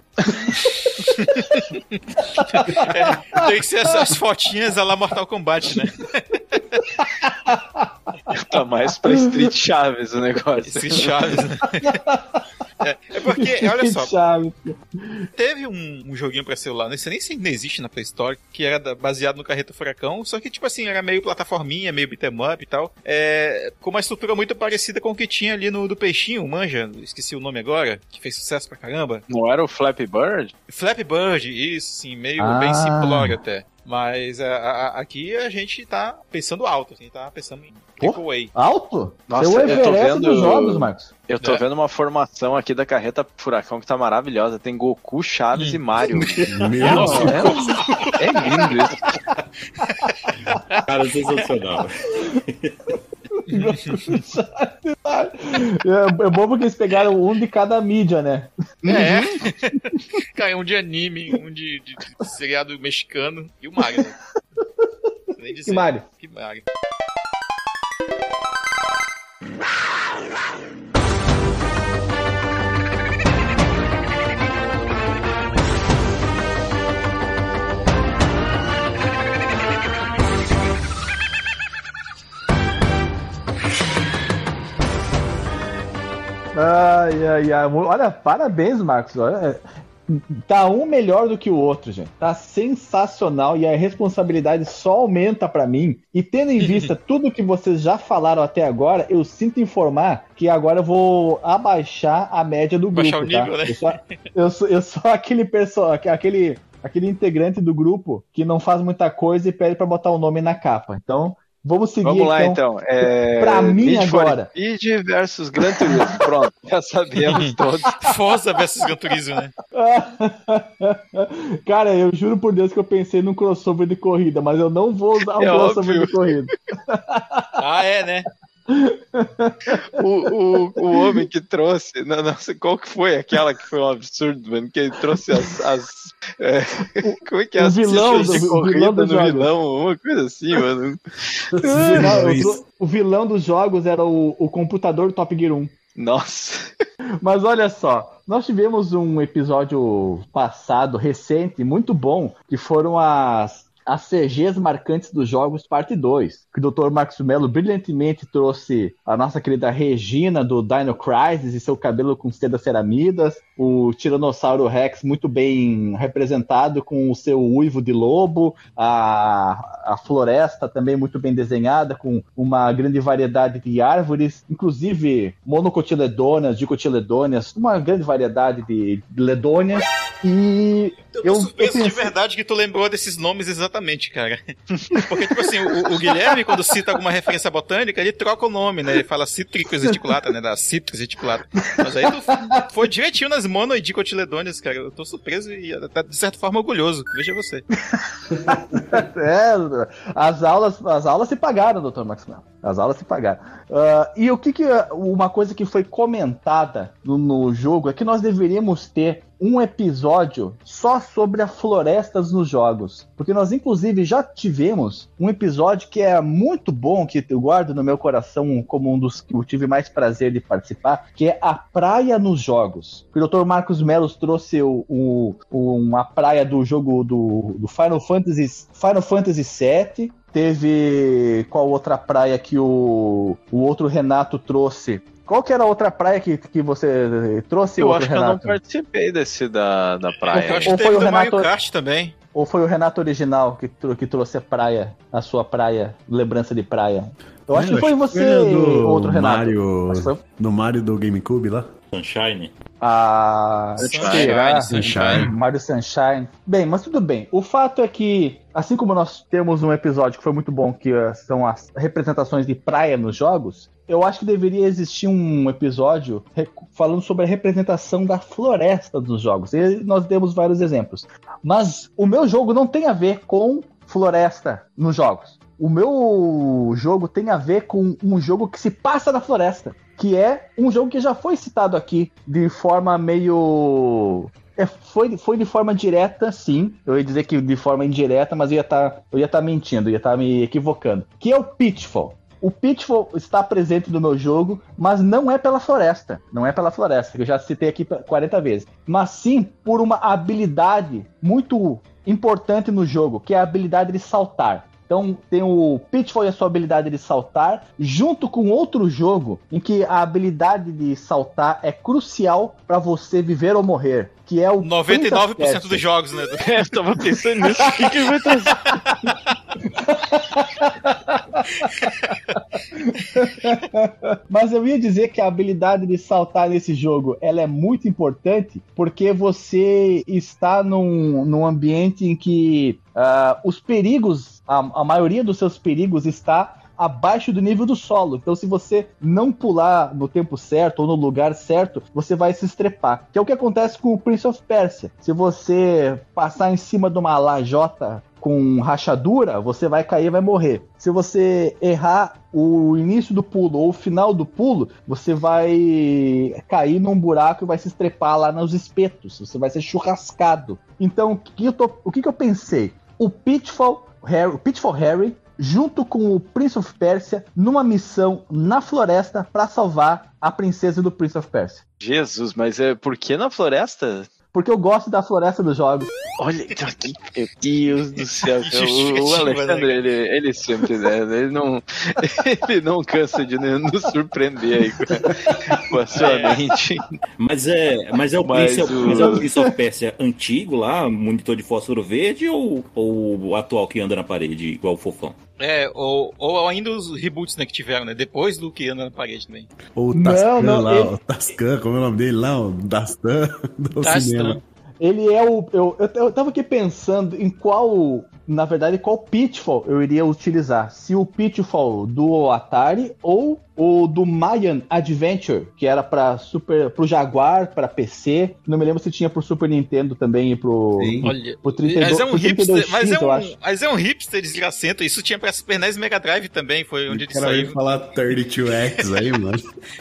S5: Tem que ser essas fotinhas lá Mortal Kombat, né?
S4: Tá mais pra Street Chaves o negócio.
S5: Street Chaves, né? É porque, olha só, Teve um joguinho pra celular, não sei nem se ainda existe na Play Store, que era baseado no Carreta Furacão, só que, tipo assim, era meio plataforminha, meio beat'em up e tal, com uma estrutura muito parecida com o que tinha ali no do Peixinho, manja, esqueci o nome agora, que fez sucesso pra caramba.
S4: Não era o Flappy Bird?
S5: Flappy Bird, isso, sim, meio bem simplório até. Mas aqui a gente tá pensando alto, a gente tá pensando em takeaway.
S1: Alto?
S4: Nossa,
S1: Seu
S4: eu tô
S1: Everest
S4: vendo
S1: dos jogos, Marcos.
S4: Eu tô vendo uma formação aqui da Carreta Furacão que tá maravilhosa. Tem Goku, Chaves e Mario.
S2: Meu
S4: É lindo isso.
S3: Cara, sensacional.
S1: É bom porque eles pegaram um de cada mídia, né?
S5: Cara, um de anime, um de seriado mexicano e o Mario, né? Nem dizer.
S1: Que Mario.
S5: Que Mario.
S1: Ai. Olha, parabéns, Marcos. Olha, tá um melhor do que o outro, gente. Tá sensacional e a responsabilidade só aumenta pra mim. E tendo em vista tudo que vocês já falaram até agora, eu sinto informar que agora eu vou abaixar a média do grupo,
S5: baixar o nível,
S1: tá?
S5: né?
S1: Eu sou aquele integrante do grupo que não faz muita coisa e pede pra botar o nome na capa. Então, vamos seguir.
S4: Vamos lá, então.
S1: Pra mim
S4: Need for
S1: agora.
S4: Speed versus Gran Turismo. Pronto, já sabemos todos.
S5: Forza versus Gran Turismo, né?
S1: Cara, eu juro por Deus que eu pensei num crossover de corrida, mas eu não vou usar um crossover
S4: óbvio.
S1: de corrida.
S5: Né?
S4: O homem que trouxe, não sei qual que foi aquela que foi um absurdo, mano, que ele trouxe como é que é?
S1: O
S4: As
S1: vilão
S4: pistas de
S1: do- o
S4: corrida
S1: vilão do
S4: no
S1: jogo.
S4: vilão, uma coisa assim, mano.
S1: O vilão dos jogos era o computador Top Gear 1.
S4: Nossa.
S1: Mas olha só, nós tivemos um episódio passado, recente, muito bom, que foram as CGs marcantes dos jogos, parte 2. Que o Dr. Marcos Mello brilhantemente trouxe a nossa querida Regina do Dino Crisis e seu cabelo com seda ceramidas, o Tiranossauro Rex muito bem representado com o seu uivo de lobo, a floresta também muito bem desenhada, com uma grande variedade de árvores, inclusive monocotiledôneas, dicotiledôneas, uma grande variedade de ledôneas. E
S5: Eu tô surpreso de verdade que tu lembrou desses nomes exatamente, cara. Porque, tipo assim, o Guilherme, quando cita alguma referência botânica, ele troca o nome, né? Ele fala Citricus reticulata, né? Da Citrus reticulata. Mas aí tu foi direitinho nas mono e dicotiledôneas, cara. Eu tô surpreso e até, de certa forma, orgulhoso. Veja você.
S1: As aulas se pagaram, Dr. Maxwell. As aulas se pagaram. E uma coisa que foi comentada no jogo é que nós deveríamos ter um episódio só sobre as florestas nos jogos. Porque nós, inclusive, já tivemos um episódio que é muito bom, que eu guardo no meu coração como um dos que eu tive mais prazer de participar, que é a praia nos jogos. O Dr. Marcos Mellos trouxe uma praia do jogo do Final Fantasy VII. Teve qual outra praia que o outro Renato trouxe? Qual que era a outra praia que você trouxe,
S4: Eu
S1: outro
S4: acho que
S1: Renato?
S4: eu não participei desse da praia.
S5: Eu acho
S1: Ou
S5: que
S1: foi
S5: teve
S1: o
S5: do
S1: Renato-
S5: Mario Kart também.
S1: Ou foi o Renato original que trouxe a sua praia, lembrança de praia? Eu acho que foi você, outro Renato.
S2: Mario,
S1: Acho que foi
S2: do Mario do GameCube lá.
S3: Sunshine.
S2: Sunshine.
S1: Mario Sunshine. Bem, mas tudo bem. O fato é que, assim como nós temos um episódio que foi muito bom, que são as representações de praia nos jogos, eu acho que deveria existir um episódio falando sobre a representação da floresta dos jogos. E nós demos vários exemplos. Mas o meu jogo não tem a ver com floresta nos jogos. O meu jogo tem a ver com um jogo que se passa na floresta, que é um jogo que já foi citado aqui de forma meio... Foi de forma direta, sim. Eu ia dizer que de forma indireta, mas eu ia estar mentindo, eu ia estar me equivocando. Que é o Pitfall. O Pitfall está presente no meu jogo, mas não é pela floresta. Não é pela floresta, que eu já citei aqui 40 vezes. Mas sim por uma habilidade muito importante no jogo, que é a habilidade de saltar. Então tem o Pitfall e a sua habilidade de saltar, junto com outro jogo em que a habilidade de saltar é crucial para você viver ou morrer, que é o
S5: 99% dos jogos, né?
S4: Eu tava pensando nisso. O que vai trazer?
S1: Mas eu ia dizer que a habilidade de saltar nesse jogo, ela é muito importante, porque você está num ambiente em que os perigos, a maioria dos seus perigos está abaixo do nível do solo. Então, se você não pular no tempo certo ou no lugar certo, você vai se estrepar. Que é o que acontece com o Prince of Persia. Se você passar em cima de uma lajota com rachadura, você vai cair e vai morrer. Se você errar o início do pulo ou o final do pulo, você vai cair num buraco e vai se estrepar lá nos espetos. Você vai ser churrascado. Então, o que eu pensei? O Pitfall Harry, junto com o Prince of Persia, numa missão na floresta para salvar a princesa do Prince of Persia.
S4: Jesus, mas por que na floresta?
S1: Porque eu gosto da floresta dos jogos.
S4: Olha, aqui, meu Deus do céu. O Alexandre, ele sempre, né? Ele não cansa de nos surpreender aí com a sua mente.
S3: Mas é o Prince of Persia antigo lá, monitor de fósforo verde, ou o atual que anda na parede, igual o fofão?
S5: Ou ainda os reboots, né, que tiveram, né? Depois do que anda na parede também.
S2: Ou o Tascan lá, o Tascan, como é o nome dele lá? O Dastan do cinema.
S1: Ele é o... Eu tava aqui pensando em qual Pitfall eu iria utilizar. Se o Pitfall do Atari ou o do Mayan Adventure, que era pro Jaguar, pra PC. Não me lembro se tinha pro Super Nintendo também e pro 32X,
S5: mas é um hipster desgracento. Isso tinha pra Super NES e Mega Drive também, foi onde ele saiu.
S2: Eu quero falar 32X aí, mano.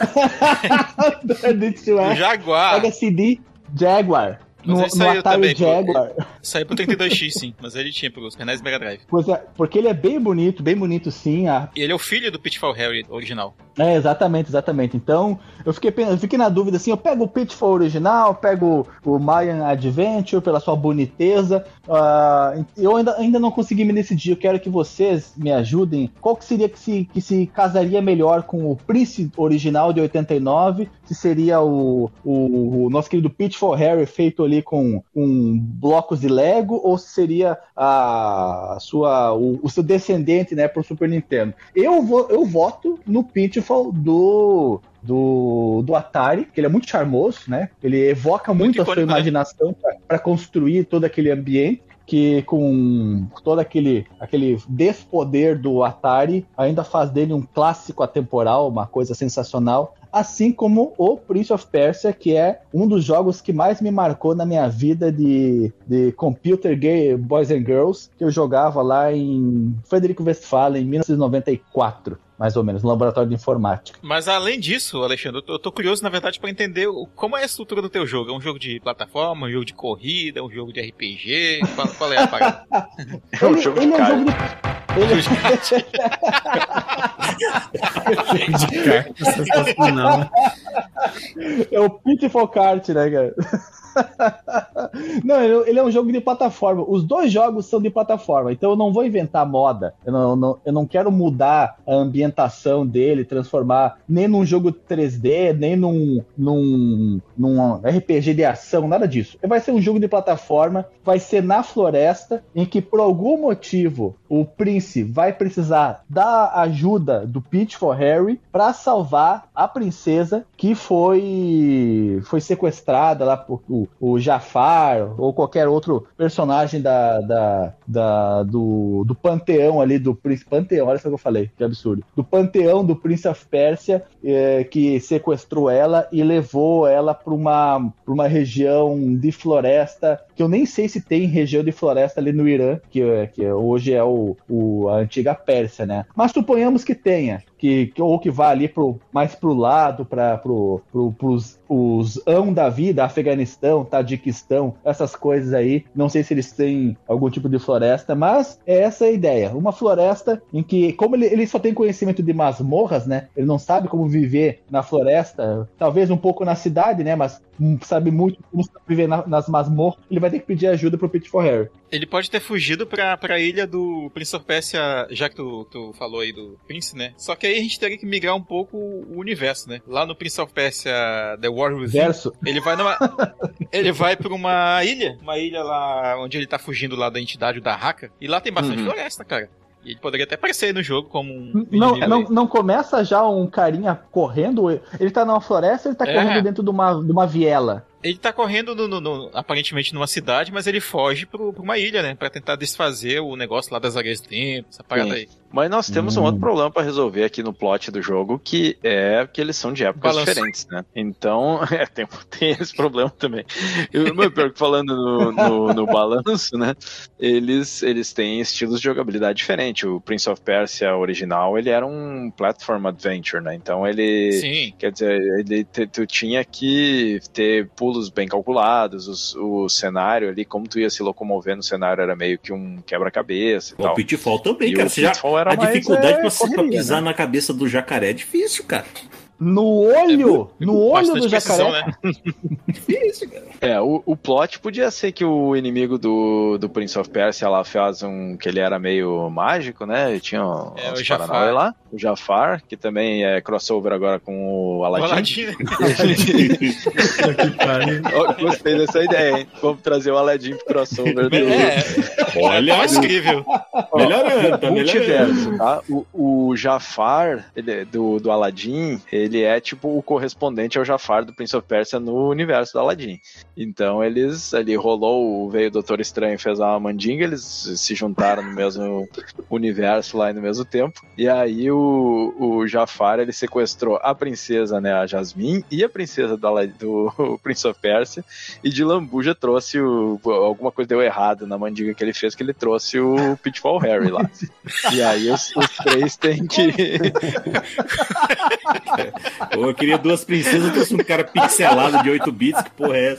S1: 32X.
S5: O Jaguar.
S1: Pega CD Jaguar.
S5: Mas ele saiu
S1: Atari
S5: também.
S1: Jaguar.
S5: Saiu pro 32X, sim. Mas ele tinha pro Super NES e Mega Drive.
S1: Pois é, porque ele é bem bonito sim.
S5: E ele é o filho do Pitfall Harry original.
S1: É, exatamente. Então, eu fiquei na dúvida assim, eu pego o Pitfall original, pego o Mayan Adventure pela sua boniteza. Eu ainda não consegui me decidir, eu quero que vocês me ajudem. Qual que seria que se casaria melhor com o Prince original de 89? Se seria o nosso querido Pitfall Harry feito ali com blocos de Lego, ou se seria o seu descendente, né, pro Super Nintendo? Eu voto no Pitfall do Atari, que ele é muito charmoso, né? Ele evoca muito a sua imaginação para construir todo aquele ambiente, que com todo aquele despoder do Atari ainda faz dele um clássico atemporal, uma coisa sensacional. Assim como o Prince of Persia, que é um dos jogos que mais me marcou na minha vida de computer game boys and girls, que eu jogava lá em Frederico Westphalen, em 1994. Mais ou menos, no laboratório de informática.
S5: Mas além disso, Alexandre, eu tô curioso, na verdade, pra entender como é a estrutura do teu jogo. É um jogo de plataforma, um jogo de corrida, um jogo de RPG? Qual é a parada?
S4: É um jogo de cartas.
S2: De cartas, sensacional.
S1: É o Pitfall Kart, né, cara? Não, ele é um jogo de plataforma. Os dois jogos são de plataforma, então eu não vou inventar moda. Eu não quero mudar a ambientação dele, transformar nem num jogo 3D, nem num RPG de ação, nada disso. Vai ser um jogo de plataforma, vai ser na floresta, em que por algum motivo o Prince vai precisar da ajuda do Pitfall Harry para salvar a princesa que foi sequestrada lá por o Jafar ou qualquer outro personagem do panteão ali do Príncipe. Panteão, olha só o que eu falei, que absurdo. Do panteão do Prince of Persia, que sequestrou ela e levou ela para uma região de floresta, que eu nem sei se tem região de floresta ali no Irã, que hoje é a antiga Pérsia, né? Mas suponhamos que tenha. Ou que vá ali mais pro lado, pros da vida, Afeganistão, Tadiquistão, essas coisas aí. Não sei se eles têm algum tipo de floresta, mas é essa a ideia. Uma floresta em que, como ele só tem conhecimento de masmorras, né? Ele não sabe como viver na floresta, talvez um pouco na cidade, né? Mas sabe muito como viver nas masmorras. Ele vai ter que pedir ajuda pro Pitfall Harry.
S5: Ele pode ter fugido pra ilha do Prince of Persia, já que tu falou aí do Prince, né? Só que aí a gente teria que migrar um pouco o universo, né? Lá no Prince of Persia The War Within, ele vai pra uma ilha lá onde ele tá fugindo lá da entidade da Haka, e lá tem bastante floresta, cara. E ele poderia até aparecer aí no jogo como um...
S1: Não começa já um carinha correndo? Ele tá numa floresta ou ele tá correndo dentro de uma viela?
S5: Ele tá correndo, aparentemente, numa cidade, mas ele foge pra uma ilha, né? Pra tentar desfazer o negócio lá das areias do tempo, essa parada aí.
S4: Mas nós temos um outro problema pra resolver aqui no plot do jogo, que é que eles são de épocas diferentes, né? Então, tem esse problema também. Pior que falando no balanço, né? Eles têm estilos de jogabilidade diferentes. O Prince of Persia original, ele era um platform adventure, né? Então ele...
S5: Sim.
S4: Quer dizer, tu tinha que ter pulos bem calculados, o cenário ali, como tu ia se locomover no cenário era meio que um quebra-cabeça e tal.
S3: O Pitfall também,
S4: E
S3: cara.
S4: o Pitfall era
S3: A
S4: mais,
S3: dificuldade pra
S4: correria,
S3: pisar
S4: né?
S3: na cabeça do jacaré é difícil, cara.
S1: No olho do jacaré.
S5: Né?
S3: Difícil, cara.
S4: O plot podia ser que o inimigo do Prince of Persia lá fez que ele era meio mágico, né? Ele tinha
S5: o Jafar
S4: lá. O Jafar, que também é crossover agora com o Aladdin. Gostei dessa ideia, hein? Vamos trazer o Aladdin pro crossover do...
S3: Olha,
S5: mais incrível.
S3: Melhorando,
S4: multiverso, tá? O Jafar do Aladdin, ele é tipo o correspondente ao Jafar do Prince of Persia no universo do Aladdin. Então ali rolou, veio o Doutor Estranho e fez uma mandinga, eles se juntaram no mesmo universo lá e no mesmo tempo, e aí o Jafar, ele sequestrou a princesa, né, a Jasmine, e a princesa do Prince of Persia, e de lambuja trouxe alguma coisa deu errado na mandinga que ele fez, que ele trouxe o Pitfall Harry lá. E aí os três têm que...
S3: Eu queria duas princesas, trouxe um cara pixelado de 8 bits, que porra é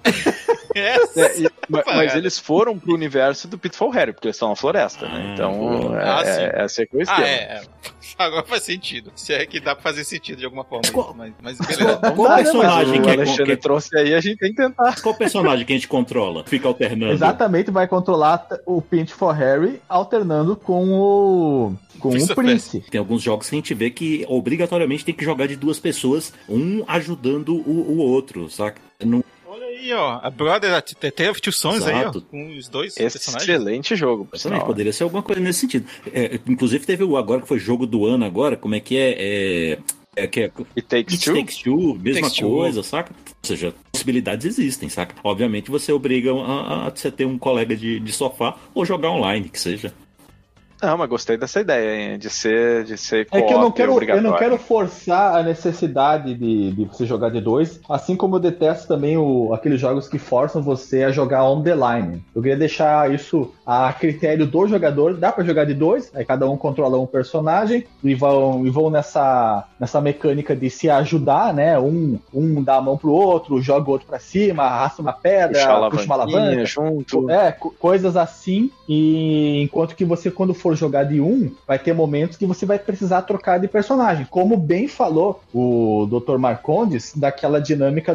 S3: essa?
S4: Mas eles foram pro universo do Pitfall Harry, porque eles estão na floresta, né? Então, essa é a coisa.
S5: Agora faz sentido. Se é que dá pra fazer sentido de alguma forma. Mas beleza.
S3: Qual personagem
S4: que o Alexandre trouxe aí, a gente tem que tentar.
S3: Qual personagem que a gente controla? Fica alternando.
S1: Exatamente, vai controlar o Pitfall Harry alternando com o Prince.
S3: Tem alguns jogos que a gente vê que obrigatoriamente tem que jogar de duas pessoas, um ajudando o outro, saca?
S5: Olha aí, ó. A Brother, Tale of Two Sons aí, ó. Com os dois personagens.
S4: Excelente jogo.
S3: Excelente, poderia ser alguma coisa nesse sentido. Inclusive teve agora que foi jogo do ano agora, como é que é?
S4: It Takes
S3: Two, mesma coisa, saca? Ou seja, possibilidades existem, saca? Obviamente você obriga a você ter um colega de sofá ou jogar online, que seja.
S4: Não, mas gostei dessa ideia, hein, de ser
S1: co-op. É que eu não quero forçar a necessidade de você jogar de dois, assim como eu detesto também aqueles jogos que forçam você a jogar on the line. Eu queria deixar isso a critério do jogador. Dá pra jogar de dois, aí cada um controla um personagem e vão nessa mecânica de se ajudar, né? Um dá a mão pro outro, joga o outro pra cima, arrasta uma pedra, puxa uma alavanca,
S4: junto.
S1: Coisas assim. E enquanto que você, quando for jogar de vai ter momentos que você vai precisar trocar de personagem. Como bem falou o Dr. Marcondes, daquela dinâmica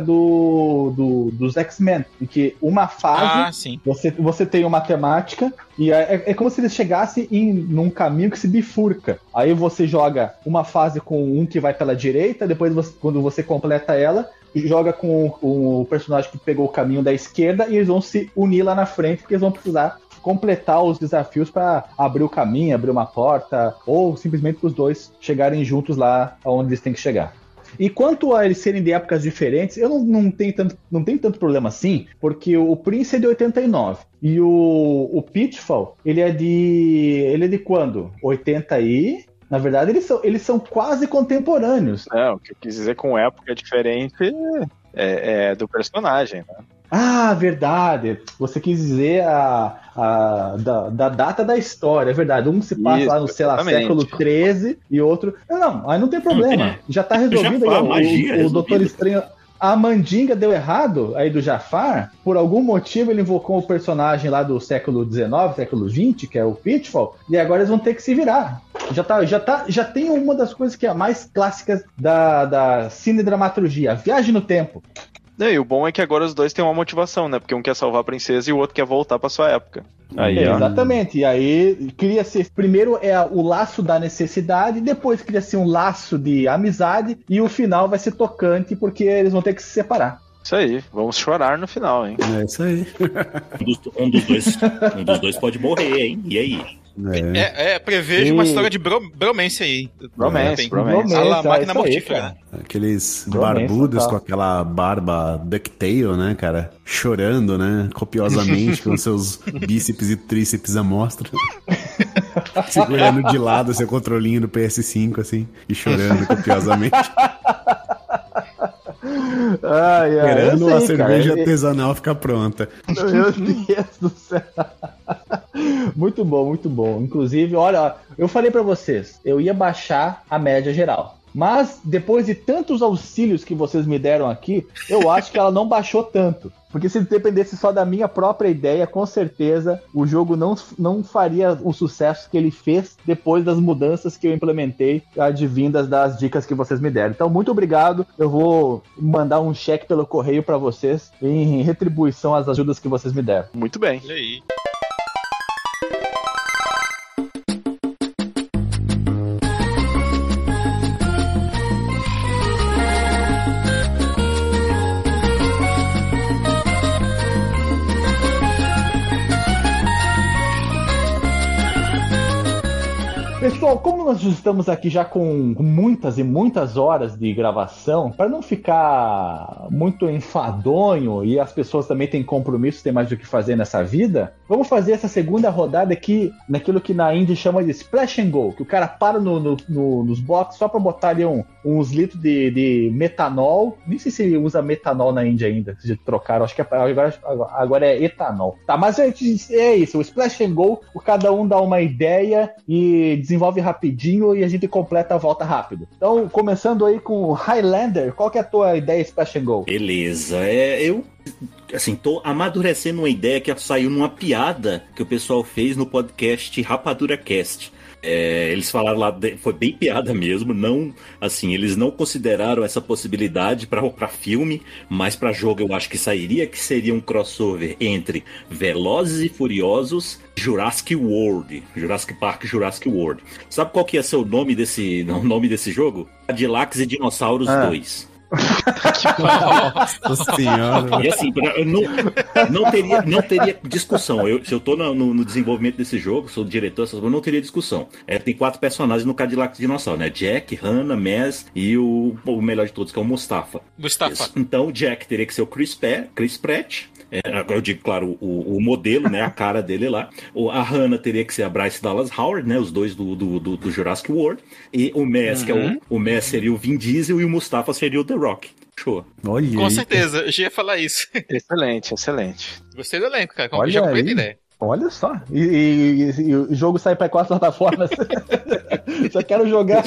S1: dos X-Men, em que uma fase você tem uma temática e é como se eles chegassem num caminho que se bifurca. Aí você joga uma fase com um que vai pela direita, depois quando você completa ela, joga com o personagem que pegou o caminho da esquerda e eles vão se unir lá na frente, porque eles vão precisar completar os desafios para abrir o caminho, abrir uma porta, ou simplesmente para os dois chegarem juntos lá onde eles têm que chegar. E quanto a eles serem de épocas diferentes, eu não tenho tanto problema assim, porque o Prince é de 89 e o Pitfall, ele é de quando? 80 e... Na verdade, eles são quase contemporâneos.
S4: O que eu quis dizer com época diferente é do personagem, né?
S1: Ah, verdade. Você quis dizer da data da história, é verdade. Um se passa lá no, século XIII e outro... Não, aí não tem problema. Já tá resolvido. O Doutor Estranho... A mandinga deu errado aí do Jafar. Por algum motivo ele invocou o personagem lá do século XIX, século XX, que é o Pitfall, e agora eles vão ter que se virar. Já tem uma das coisas que é a mais clássicas da cinedramaturgia, a viagem no tempo.
S4: E o bom é que agora os dois têm uma motivação, né? Porque um quer salvar a princesa e o outro quer voltar pra sua época. Aí,
S1: exatamente. E aí cria-se, primeiro é o laço da necessidade, depois cria-se um laço de amizade e o final vai ser tocante porque eles vão ter que se separar.
S4: Isso aí, vamos chorar no final, hein?
S2: É isso aí.
S3: Um dos dois pode morrer, hein? E aí?
S5: Prevejo uma história de bromance aí.
S4: Bromance.
S5: A la máquina mortífera.
S2: Aqueles barbudos com aquela barba ducktail, né, cara? Chorando, né? Copiosamente com seus bíceps e tríceps à mostra. Segurando de lado seu controlinho do PS5, assim, e chorando copiosamente. Esperando a cerveja artesanal ficar pronta.
S1: Meu Deus do céu. Muito bom, muito bom. Inclusive, olha, eu falei pra vocês, eu ia baixar a média geral. Mas, depois de tantos auxílios que vocês me deram aqui, eu acho que ela não baixou tanto. Porque se dependesse só da minha própria ideia, com certeza o jogo não faria o sucesso que ele fez depois das mudanças que eu implementei, advindas das dicas que vocês me deram. Então, muito obrigado. Eu vou mandar um cheque pelo correio para vocês em retribuição às ajudas que vocês me deram.
S4: Muito bem.
S5: E aí?
S1: Pessoal, como nós estamos aqui já com muitas e muitas horas de gravação, para não ficar muito enfadonho e as pessoas também têm compromissos, têm mais do que fazer nessa vida, vamos fazer essa segunda rodada aqui naquilo que na Indy chama de Splash and Go, que o cara para nos boxes só para botar ali uns litros de metanol. Nem sei se usa metanol na Indy ainda, se trocaram, acho que agora é etanol. Tá, mas é isso, o Splash and Go, cada um dá uma ideia e desenvolve rapidinho e a gente completa a volta rápido. Então, começando aí com o Highlander, qual que é a tua ideia Splash and Go?
S3: Beleza, eu assim, tô amadurecendo uma ideia que saiu numa piada que o pessoal fez no podcast Rapadura Cast. Eles falaram lá, foi bem piada mesmo, não, assim, eles não consideraram essa possibilidade para filme, mas para jogo eu acho que sairia, que seria um crossover entre Velozes e Furiosos, Jurassic World, Jurassic Park e Jurassic World. Sabe qual que ia ser o nome desse jogo? Cadillacs e Dinossauros 2.
S2: Nossa senhora.
S3: E assim, não teria discussão. Se eu tô no desenvolvimento desse jogo, sou o diretor, não teria discussão. Tem 4 personagens no Cadillac Dinossauro, né? Jack, Hannah, Maz e o melhor de todos, que é o Mustafa. Então o Jack teria que ser o Chris Pratt. Eu digo, claro, o modelo, né? A cara dele lá. A Hannah teria que ser a Bryce Dallas Howard, né? Os dois do Jurassic World. E o Maz, que é o Maz seria o Vin Diesel e o Mustafa seria o The Rock. Show.
S2: Olha
S5: com
S2: aí.
S5: certeza, eu já ia falar isso.
S4: Excelente.
S5: Gostei do elenco, cara.
S1: Olha
S5: já comprei
S1: aí.
S5: a ideia.
S1: Olha só. E o jogo sai para 4 plataformas. Só quero jogar.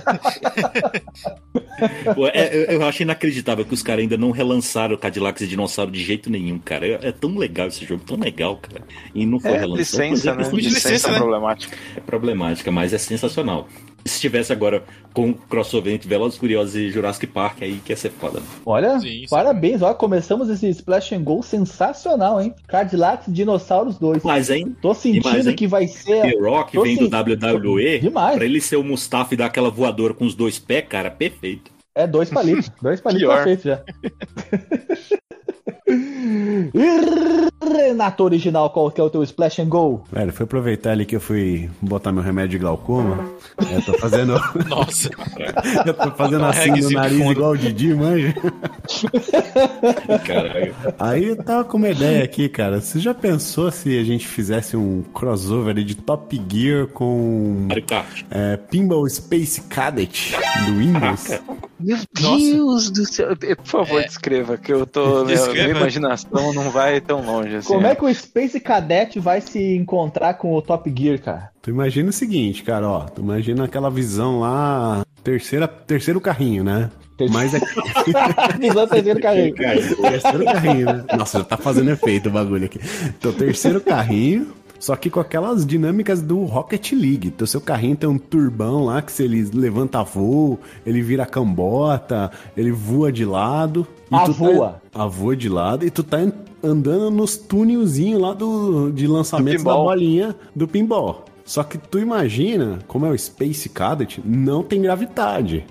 S3: Eu acho inacreditável que os caras ainda não relançaram o Cadillacs e Dinossauro de jeito nenhum, cara. É tão legal esse jogo, tão legal, cara. E não foi relançado.
S4: Licença, né? Licença
S5: né?
S4: problemática.
S3: É problemática, mas é sensacional. Se tivesse agora com crossover entre Velozes e Furiosos e Jurassic Park, aí que ia ser foda.
S1: Olha,
S5: Sim.
S1: Parabéns. Ó, começamos esse Splash and Go sensacional, hein? Cadillacs e Dinossauros 2.
S3: Mas, hein?
S1: Tô sentindo que vai ser...
S3: The Rock vem do WWE.
S1: Demais.
S3: Pra ele ser o Mustafa e dar aquela voadora com os 2 pés, cara, perfeito.
S1: 2 palitos. 2 palitos tá feito já. Renato Original, qual que é o teu Splash and Go?
S2: Velho, foi aproveitar ali que eu fui botar meu remédio de glaucoma. Eu tô fazendo.
S5: Nossa.
S2: Eu tô fazendo assim no nariz igual o Didi, manja.
S3: Caralho.
S2: Aí eu tava com uma ideia aqui, cara. Você já pensou se a gente fizesse um crossover ali de Top Gear com
S3: Mario Kart.
S2: Pinball Space Cadet do Windows?
S4: Meu Deus do céu. Por favor, descreva, que eu tô... Minha imaginação não vai tão longe assim.
S1: Como é que o Space Cadet vai se encontrar com o Top Gear, cara?
S2: Tu imagina o seguinte, cara, ó. Tu imagina aquela visão lá... Terceiro carrinho, né? Mas é...
S1: Visão terceiro carrinho.
S2: Terceiro carrinho, né? Nossa, já tá fazendo efeito o bagulho aqui. Então, terceiro carrinho... Só que com aquelas dinâmicas do Rocket League. Então, seu carrinho tem um turbão lá que se ele levanta voo, ele vira cambota, ele voa de lado. Voa de lado e tu tá andando nos túnelzinhos lá de lançamento da bolinha do pinball. Só que tu imagina, como é o Space Cadet, não tem gravidade.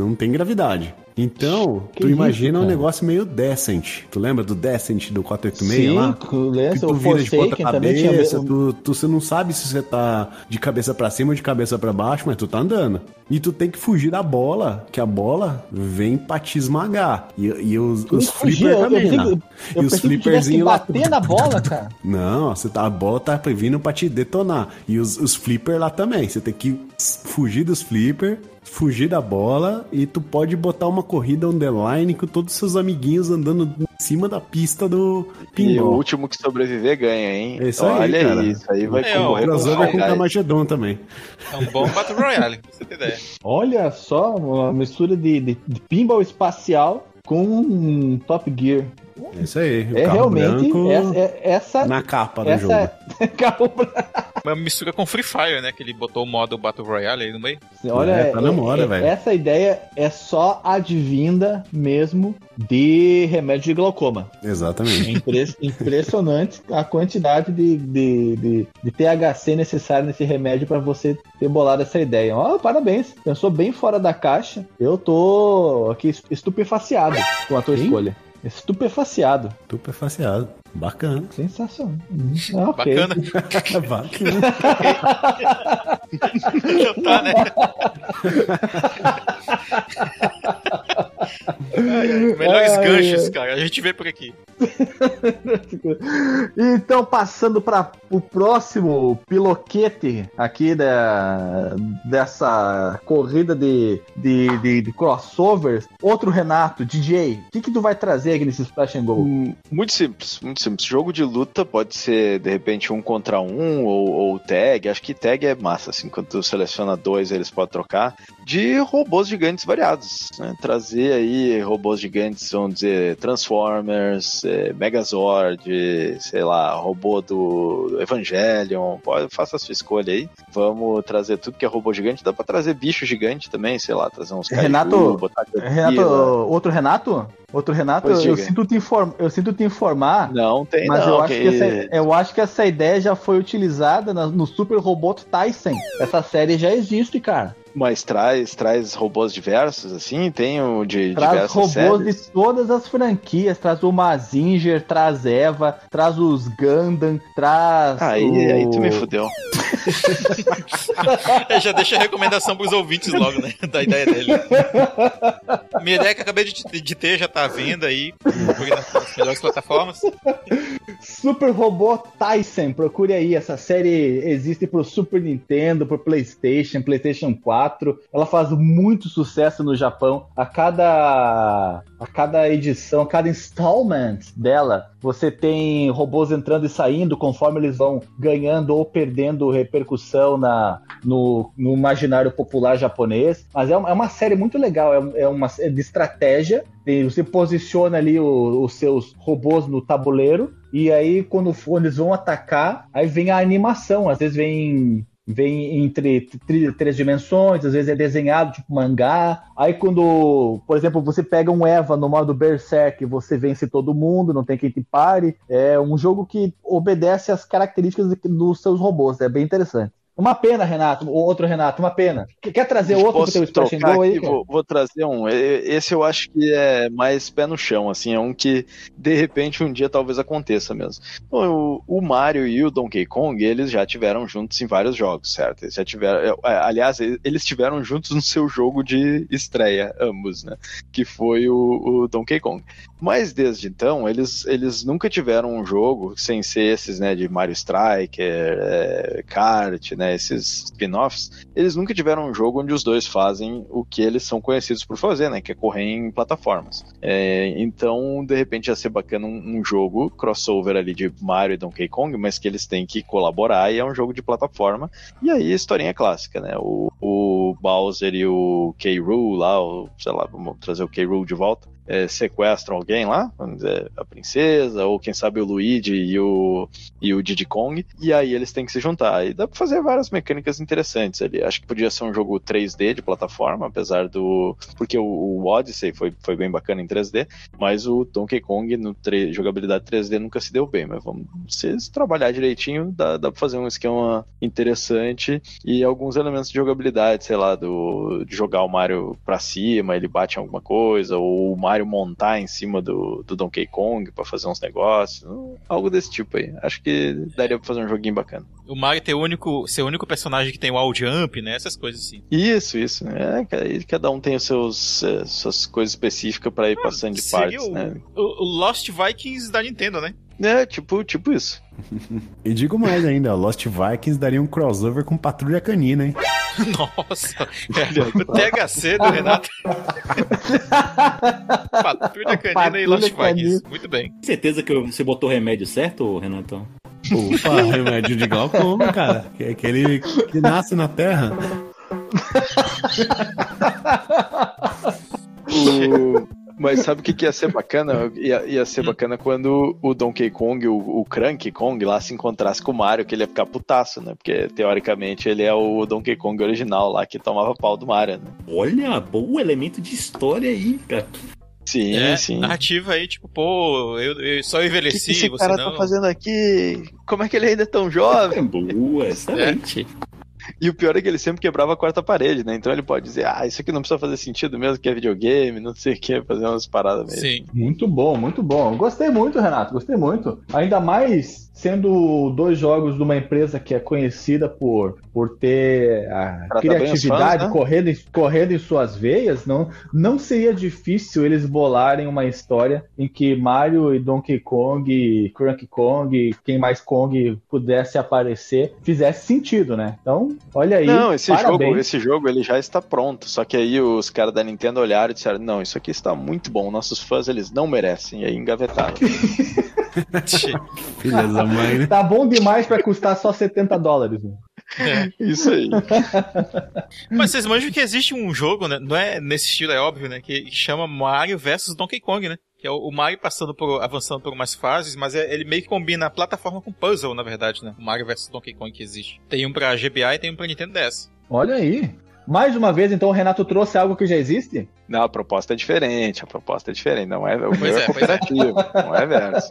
S2: Então, tu imagina um negócio meio Descent. Tu lembra do Descent do 486 lá?
S1: Sim,
S2: que tu vira de ponta cabeça, você não sabe se você tá de cabeça pra cima ou de cabeça pra baixo, mas tu tá andando. E tu tem que fugir da bola, que a bola vem pra te esmagar. E os flippers também, né?
S1: E os flipperzinhos lá... bater na bola, cara.
S2: Não, a bola tá vindo pra te detonar. E os flippers lá também. Você tem que fugir dos flippers, fugir da bola, e tu pode botar uma corrida on the line com todos os seus amiguinhos andando em cima da pista do pinball.
S4: E o último que sobreviver ganha, hein?
S2: Isso aí,
S4: olha
S2: cara.
S4: Isso aí vai
S2: concorrer com o Camagedon também.
S5: É um bom Battle Royale, pra você ter ideia.
S1: Olha só, uma mistura de pinball espacial com Top Gear.
S2: É isso aí.
S1: É realmente essa
S2: na capa do jogo.
S5: Uma mistura com Free Fire, né? Que ele botou o modo Battle Royale aí no meio.
S1: Olha,
S2: tá na moda, velho.
S1: Essa ideia é só advinda mesmo de remédio de glaucoma.
S2: Exatamente.
S1: É impressionante a quantidade de THC necessário nesse remédio para você ter bolado essa ideia. Ó, parabéns. Pensou bem fora da caixa. Eu tô aqui estupefaciado com a tua escolha. Estupefaciado.
S2: Bacana.
S1: Sensacional.
S5: Okay. Bacana.
S2: Bacana.
S5: Tá, né? Melhores ganchos, cara. A gente vê por aqui.
S1: Então, passando para o próximo piloquete aqui dessa corrida de crossovers. Outro Renato, DJ, o que tu vai trazer aqui nesse Splash and Go?
S4: Muito simples. Jogo de luta pode ser, de repente, 1 contra 1 ou tag. Acho que tag é massa, assim, quando tu seleciona 2, eles podem trocar. De robôs gigantes variados, né? Trazer aí robôs gigantes, vamos dizer, Transformers, Megazord, sei lá, robô do Evangelion, faça a sua escolha aí. Vamos trazer tudo que é robô gigante. Dá pra trazer bicho gigante também, sei lá, trazer uns
S1: Renato, outro Renato? Eu sinto te informar.
S4: Não tem,
S1: mas
S4: não.
S1: Eu acho que essa ideia já foi utilizada no Super Robot Tyson. Essa série já existe, cara.
S4: Mas traz robôs diversos, assim? Tem o de
S1: traz
S4: diversas séries?
S1: Traz robôs de todas as franquias. Traz o Mazinger, traz Eva, traz os Gundam, traz
S4: Aí tu me fudeu.
S5: Já deixa a recomendação pros ouvintes logo, né? Da ideia dele. Minha ideia que eu acabei de ter já tá à venda aí nas melhores plataformas.
S1: Super Robô Tyson, procure aí. Essa série existe pro Super Nintendo, pro PlayStation 4. Ela faz muito sucesso no Japão. A cada edição, a cada installment dela, você tem robôs entrando e saindo conforme eles vão ganhando ou perdendo repercussão no imaginário popular japonês. Mas é uma série muito legal, é uma de estratégia. Você posiciona ali os seus robôs no tabuleiro, e aí quando eles vão atacar, aí vem a animação. Às vezes vem entre 3 dimensões, às vezes é desenhado tipo mangá. Aí quando, por exemplo, você pega um Eva no modo Berserk, você vence todo mundo, não tem quem te pare. É um jogo que obedece às características dos seus robôs, é bem interessante. Uma pena, Renato. Outro Renato, uma pena. Quer trazer outro pro teu Splash and Go aí?
S4: Vou trazer um. Esse eu acho que é mais pé no chão, assim. É um que, de repente, um dia talvez aconteça mesmo. O Mario e o Donkey Kong, eles já tiveram juntos em vários jogos, certo? Eles já tiveram... Aliás, eles estiveram juntos no seu jogo de estreia, ambos, né? Que foi o Donkey Kong. Mas, desde então, eles nunca tiveram um jogo, sem ser esses, né? De Mario Striker, Kart, né? Esses spin-offs, eles nunca tiveram um jogo onde os dois fazem o que eles são conhecidos por fazer, né? Que é correr em plataformas. Então, de repente, ia ser bacana um jogo crossover ali de Mario e Donkey Kong, mas que eles têm que colaborar, e é um jogo de plataforma. E aí, a historinha clássica, né? O Bowser e o K. Rool lá, sei lá, vamos trazer o K. Rool de volta. sequestram alguém lá, vamos dizer, a princesa, ou quem sabe o Luigi e o Diddy Kong, e aí eles têm que se juntar. E dá pra fazer várias mecânicas interessantes ali. Acho que podia ser um jogo 3D de plataforma, apesar do... Porque o Odyssey foi bem bacana em 3D, mas o Donkey Kong no jogabilidade 3D nunca se deu bem, mas se trabalhar direitinho, dá pra fazer um esquema interessante e alguns elementos de jogabilidade, sei lá, de jogar o Mario pra cima, ele bate em alguma coisa, ou o Mario montar em cima do Donkey Kong pra fazer uns negócios, algo desse tipo aí. Acho que daria pra fazer um joguinho bacana.
S5: O Mario ser o único personagem que tem o wall jump, né? Essas coisas assim.
S4: Isso. Cada um tem suas coisas específicas pra ir passando de partes, né?
S5: O Lost Vikings da Nintendo, né?
S4: Tipo isso.
S2: E digo mais ainda, Lost Vikings daria um crossover com Patrulha Canina, hein?
S5: Nossa, o THC do Renato. Patrulha Canina e Lost Vikings. Muito bem.
S3: Tem certeza que você botou o remédio certo, Renato?
S2: Opa, remédio de glaucoma, cara. Que é aquele que nasce na terra.
S4: Mas sabe o que ia ser bacana? Ia ser bacana quando o Donkey Kong, o Cranky Kong lá se encontrasse com o Mario, que ele ia ficar putaço, né? Porque, teoricamente, ele é o Donkey Kong original lá, que tomava pau do Mario, né?
S3: Olha, bom elemento de história aí, cara.
S4: Sim.
S5: Narrativa aí, tipo, pô, eu só envelheci,
S4: o que esse
S5: você
S4: cara
S5: não...
S4: tá fazendo aqui? Como é que ele ainda é tão jovem?
S3: Boa, excelente.
S4: E o pior é que ele sempre quebrava a quarta parede, né? Então ele pode dizer, isso aqui não precisa fazer sentido mesmo, que é videogame, não sei o que, fazer umas paradas mesmo.
S5: Sim.
S1: Muito bom. Gostei muito, Renato, gostei muito. Ainda mais sendo dois jogos de uma empresa que é conhecida por ter a criatividade
S4: fãs, né?
S1: correndo em suas veias, não seria difícil eles bolarem uma história em que Mario e Donkey Kong, Cranky Kong, quem mais Kong pudesse aparecer, fizesse sentido, né? Então, olha aí.
S4: Não, esse jogo ele já está pronto, só que aí os caras da Nintendo olharam e disseram, não, isso aqui está muito bom, nossos fãs eles não merecem, e aí engavetaram.
S2: Filha da mãe, né?
S1: Tá bom demais pra custar só $70, né?
S4: Isso aí.
S5: Mas vocês manjam que existe um jogo, né? Não é nesse estilo, é óbvio, né? Que chama Mario vs Donkey Kong, né? Que é o Mario avançando por umas fases, mas ele meio que combina a plataforma com puzzle, na verdade, né? O Mario vs Donkey Kong que existe. Tem um pra GBA e tem um pra Nintendo DS.
S1: Olha aí. Mais uma vez, então, o Renato trouxe algo que já existe?
S4: Não, a proposta é diferente, não é, o meu é cooperativo, não é verso.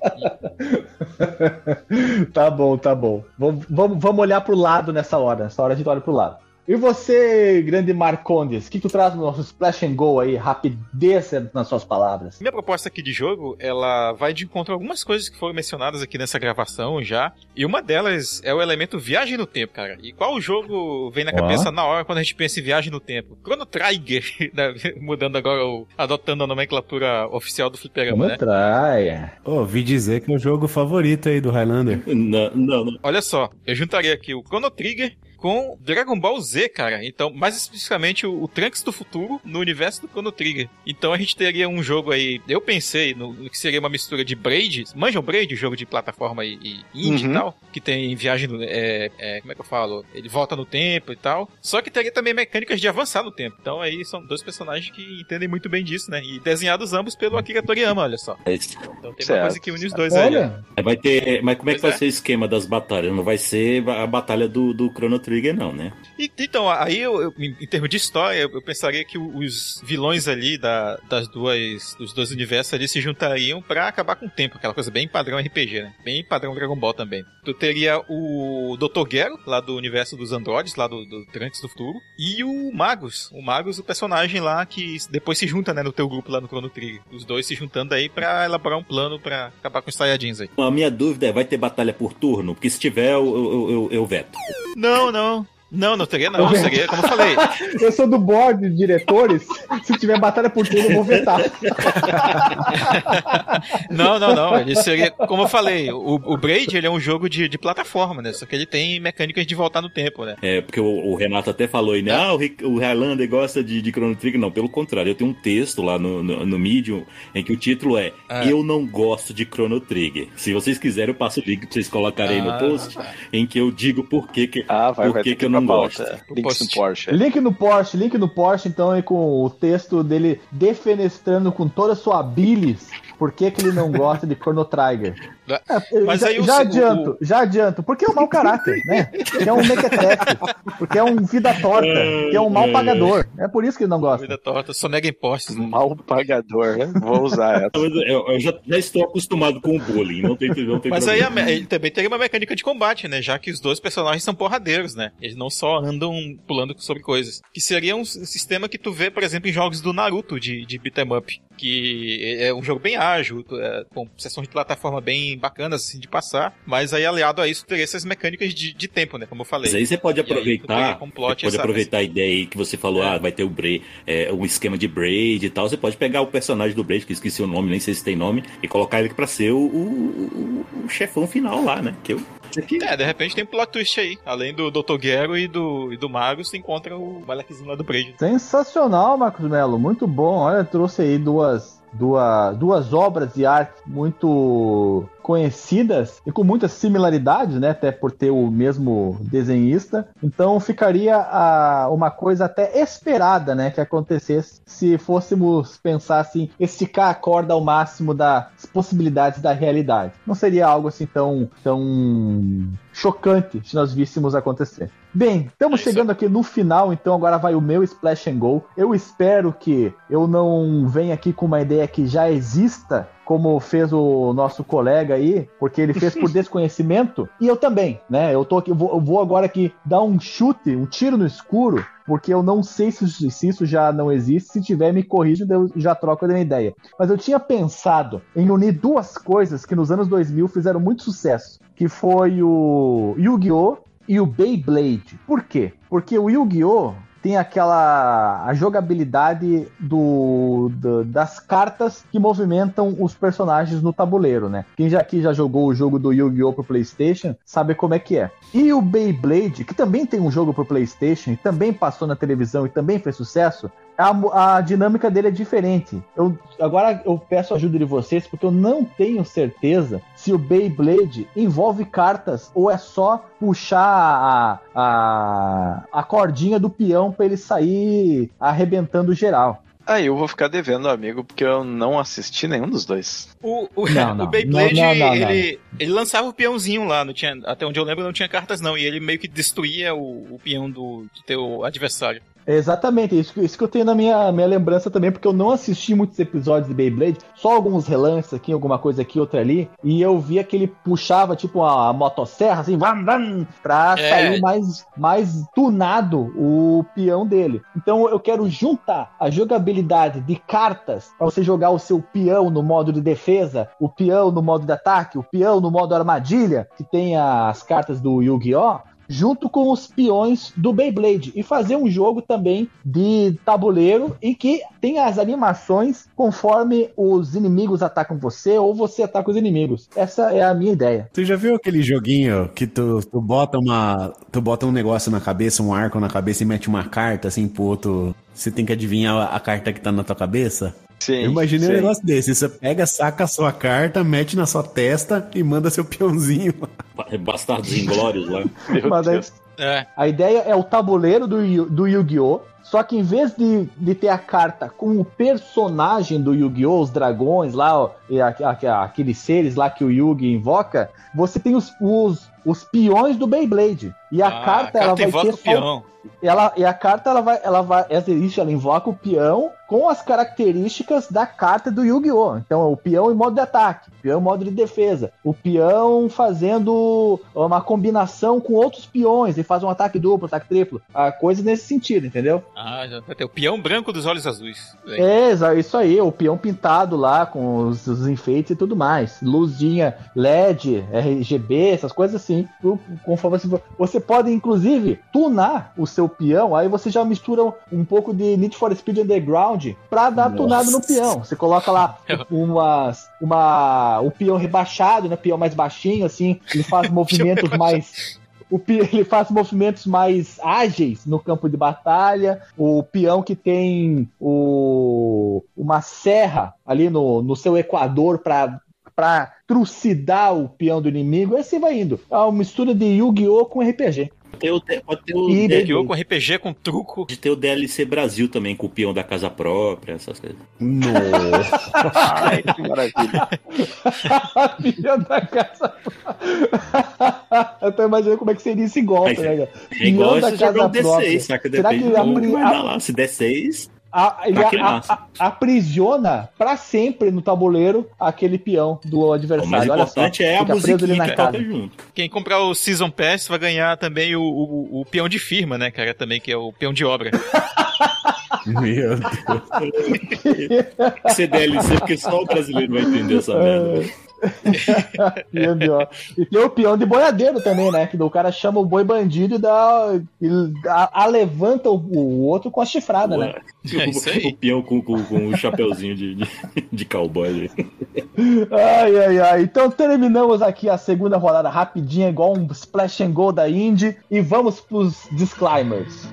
S1: Tá bom. Vamos olhar pro lado nessa hora a gente olha pro lado. E você, grande Marcondes, o que tu traz no nosso Splash and Go aí, rapidez nas suas palavras?
S5: Minha proposta aqui de jogo, ela vai de encontro a algumas coisas que foram mencionadas aqui nessa gravação já, e uma delas é o elemento viagem no tempo, cara. E qual jogo vem na cabeça na hora quando a gente pensa em viagem no tempo? Chrono Trigger, mudando agora, adotando a nomenclatura oficial do fliperama, né?
S1: Chrono Trigger.
S2: Ouvi dizer que é o jogo favorito aí do Highlander.
S3: Não.
S5: Olha só, eu juntaria aqui o Chrono Trigger com Dragon Ball Z, cara. Então, mais especificamente o Trunks do futuro no universo do Chrono Trigger. Então a gente teria um jogo aí, eu pensei no que seria uma mistura de Braid, manjam Braid, jogo de plataforma e indie e tal, que tem viagem, como é que eu falo? Ele volta no tempo e tal. Só que teria também mecânicas de avançar no tempo. Então aí são dois personagens que entendem muito bem disso, né? E desenhados ambos pelo Akira Toriyama, olha só. Então tem uma coisa que une os dois aí.
S3: Vai ter, mas como é que vai ser o esquema das batalhas? Não vai ser a batalha do Chrono Trigger, não, né?
S5: Então, aí em termos de história, eu pensaria que os vilões ali dos dois universos ali se juntariam pra acabar com o tempo, aquela coisa bem padrão RPG, né? Bem padrão Dragon Ball também. Tu teria o Dr. Gero, lá do universo dos androides, lá do Trunks do futuro, e o Magus, o personagem lá que depois se junta, né, no teu grupo lá no Chrono Trigger. Os dois se juntando aí pra elaborar um plano pra acabar com os Saiyajins aí.
S3: A minha dúvida é, vai ter batalha por turno? Porque se tiver, eu veto.
S5: Não teria não, seria como eu falei.
S1: Eu sou do board de diretores, se tiver batalha por turno eu vou vetar.
S5: Não, ele seria, como eu falei, o Braid, ele é um jogo de plataforma, né, só que ele tem mecânicas de voltar no tempo, né.
S3: É, porque o Renato até falou aí, né, o Highlander gosta de Chrono Trigger. Não, pelo contrário, eu tenho um texto lá no Medium, em que o título é Eu não gosto de Chrono Trigger. Se vocês quiserem, eu passo o link pra vocês colocarem aí no post, em que eu digo por que eu não não
S4: pauta.
S3: gosta.
S4: Links no Porsche.
S1: Link no Porsche, então, aí com o texto dele defenestrando com toda a sua bilis por que ele não gosta de Chrono Trigger.
S5: Mas
S1: já,
S5: aí
S1: já adianto, porque é um mau caráter, né? Porque é um mequetrefe, porque é um vida torta, que é um mal pagador. É por isso que ele não gosta.
S5: Vida torta, só nega impostos. Né?
S4: Mal pagador, né? Vou usar essa.
S3: Eu já estou acostumado com o bullying, não tem
S5: Mas
S3: problema.
S5: aí ele também teria uma mecânica de combate, né? Já que os dois personagens são porradeiros, né? Eles não só andam pulando sobre coisas. Que seria um sistema que tu vê, por exemplo, em jogos do Naruto de beat'em up. Que é um jogo bem ágil, com sessões de plataforma bem bacanas assim de passar, mas aí aliado a isso teria essas mecânicas de tempo, né, como eu falei.
S3: Mas aí você pode aproveitar, aproveitar a ideia aí que você falou, vai ter um esquema de Braid e tal, você pode pegar o personagem do Braid, que eu esqueci o nome, nem sei se tem nome, e colocar ele pra ser o chefão final lá, né,
S5: de repente tem um plot twist aí, além do Dr. Gero e do Mago, você encontra o molequezinho lá do Braid.
S1: Sensacional, Marcos Mello, muito bom, olha, trouxe aí duas obras de arte muito conhecidas e com muitas similaridades, né, até por ter o mesmo desenhista. Então ficaria uma coisa até esperada, né, que acontecesse se fôssemos pensar assim, esticar a corda ao máximo das possibilidades da realidade. Não seria algo assim tão chocante se nós víssemos acontecer. Bem, estamos chegando aqui no final, então agora vai o meu Splash and Go. Eu espero que eu não venha aqui com uma ideia que já exista, como fez o nosso colega aí, porque ele fez por desconhecimento, e eu também, né? Eu vou agora aqui dar um chute, um tiro no escuro, porque eu não sei se isso já não existe. Se tiver, me corrija, eu já troco a minha ideia. Mas eu tinha pensado em unir duas coisas que nos anos 2000 fizeram muito sucesso, que foi o Yu-Gi-Oh! E o Beyblade. Por quê? Porque o Yu-Gi-Oh! Tem a jogabilidade das cartas que movimentam os personagens no tabuleiro, né? Quem aqui já jogou o jogo do Yu-Gi-Oh! Pro PlayStation sabe como é que é. E o Beyblade, que também tem um jogo pro PlayStation, e também passou na televisão e também fez sucesso, a dinâmica dele é diferente. Agora eu peço a ajuda de vocês, porque eu não tenho certeza se o Beyblade envolve cartas ou é só puxar a cordinha do peão para ele sair arrebentando geral.
S4: Aí eu vou ficar devendo, amigo, porque eu não assisti nenhum dos dois.
S5: O Beyblade, ele lançava o peãozinho lá, não tinha, até onde eu lembro não tinha cartas não, e ele meio que destruía o peão do teu adversário.
S1: Exatamente, isso que eu tenho na minha lembrança também, porque eu não assisti muitos episódios de Beyblade, só alguns relances aqui, alguma coisa aqui, outra ali, e eu via que ele puxava tipo a motosserra, assim, pra sair mais tunado o peão dele. Então eu quero juntar a jogabilidade de cartas, pra você jogar o seu peão no modo de defesa, o peão no modo de ataque, o peão no modo armadilha, que tem as cartas do Yu-Gi-Oh!, junto com os peões do Beyblade, e fazer um jogo também de tabuleiro e que tem as animações conforme os inimigos atacam você ou você ataca os inimigos. Essa é a minha ideia.
S2: Tu já viu aquele joguinho que tu bota um negócio na cabeça, um arco na cabeça e mete uma carta assim pro outro, você tem que adivinhar a carta que tá na tua cabeça?
S4: Sim,
S2: eu imaginei um negócio desse. Você pega, saca a sua carta, mete na sua testa e manda seu peãozinho.
S3: Bastardos Inglórios lá.
S1: A ideia é o tabuleiro do Yu-Gi-Oh! Só que em vez de ter a carta com o personagem do Yu-Gi-Oh!, os dragões lá, ó, e aqueles seres lá que o Yugi invoca, você tem os peões do Beyblade. E a carta ela vai ter
S5: peão.
S1: A carta ela invoca o peão com as características da carta do Yu-Gi-Oh! Então o peão em modo de ataque, o peão em modo de defesa, o peão fazendo uma combinação com outros peões e faz um ataque duplo, ataque triplo, a coisa nesse sentido, entendeu?
S5: Já vai ter o peão branco dos olhos azuis.
S1: Isso aí, o peão pintado lá com os enfeites e tudo mais, luzinha LED, RGB, essas coisas assim. Conforme você pode inclusive tunar o seu peão, aí você já mistura um pouco de Need for Speed Underground pra dar tunado no peão. Você coloca lá o peão rebaixado, né, peão mais baixinho, assim, ele faz movimentos mais... Ele faz movimentos mais ágeis no campo de batalha. O peão que tem uma serra ali no seu equador para trucidar o peão do inimigo. Assim vai indo. É uma mistura de Yu-Gi-Oh! Com RPG.
S3: Pode ter o
S5: Yu-Gi-Oh! Com RPG, com truco.
S3: De ter o DLC Brasil também, com o peão da casa própria, essas coisas.
S2: Nossa.
S4: Ai, que maravilha.
S1: Peão da casa própria. Eu tô imaginando como é que seria esse golpe, né, cara?
S3: É igual
S1: Peão
S3: você jogar um D6,
S1: própria.
S3: saca?
S1: Será
S3: Depende
S1: que
S3: do que vai dar lá. Se der 6...
S1: ele
S3: massa.
S1: aprisiona pra sempre no tabuleiro aquele peão do adversário.
S3: O mais
S1: Olha
S3: importante
S1: só,
S3: é a
S1: fica preso ali
S3: musiquinha
S1: na
S3: que
S1: casa.
S3: toca junto.
S5: Quem comprar o Season Pass vai ganhar também o peão de firma, né, cara? Também, que é o peão de obra.
S2: Meu Deus.
S3: Ser DLC, porque só o brasileiro vai entender essa merda.
S1: E tem o peão de boiadeiro também, né? Que o cara chama o boi bandido e levanta o outro com a chifrada, né?
S5: É isso aí.
S3: O peão com o chapeuzinho de cowboy.
S1: Ai. Então terminamos aqui a segunda rodada rapidinha, igual um Splash and Go da Indy. E vamos pros disclaimers.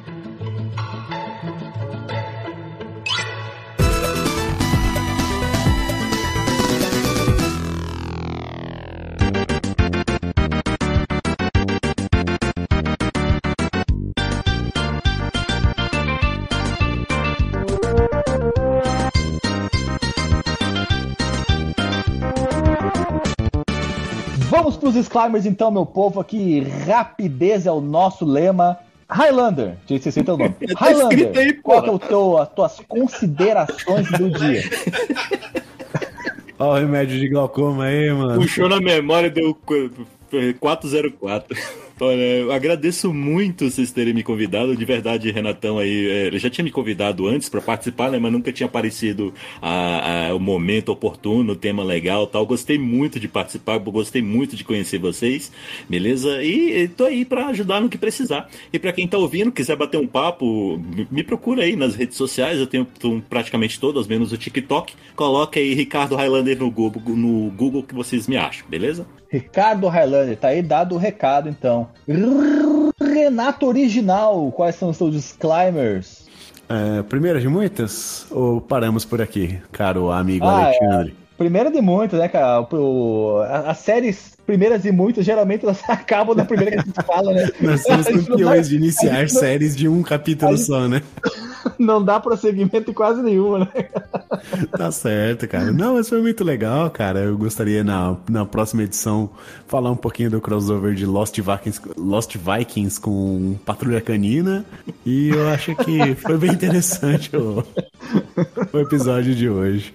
S1: Vamos para os disclaimers então, meu povo, aqui rapidez é o nosso lema. Highlander, esse é o nome. Highlander,
S3: aí,
S1: qual que é as tuas considerações do dia?
S2: Olha o remédio de glaucoma aí, mano.
S3: Puxou na memória, deu 404. Olha, eu agradeço muito vocês terem me convidado. De verdade, Renatão aí, ele já tinha me convidado antes para participar, né? Mas nunca tinha aparecido o momento oportuno, o tema legal e tal. Gostei muito de participar, gostei muito de conhecer vocês, beleza? E tô aí para ajudar no que precisar. E para quem tá ouvindo, quiser bater um papo, me procura aí nas redes sociais. Eu tenho praticamente todas, menos o TikTok. Coloca aí Ricardo Highlander no Google que vocês me acham, beleza?
S1: Ricardo Highlander, tá aí dado o recado então. Renato Original, quais são os seus disclaimers?
S2: Primeira de muitas? Ou paramos por aqui, caro amigo Alexandre?
S1: Primeira de muitas, né, cara? As séries primeiras de muitas, geralmente elas acabam na primeira que a gente fala, né?
S2: Nós somos campeões de iniciar séries de um capítulo só, né?
S1: Não dá prosseguimento em quase nenhuma, né?
S2: Tá certo, cara. Não, mas foi muito legal, cara. Eu gostaria, na próxima edição, falar um pouquinho do crossover de Lost Vikings com Patrulha Canina. E eu acho que foi bem interessante o episódio de hoje.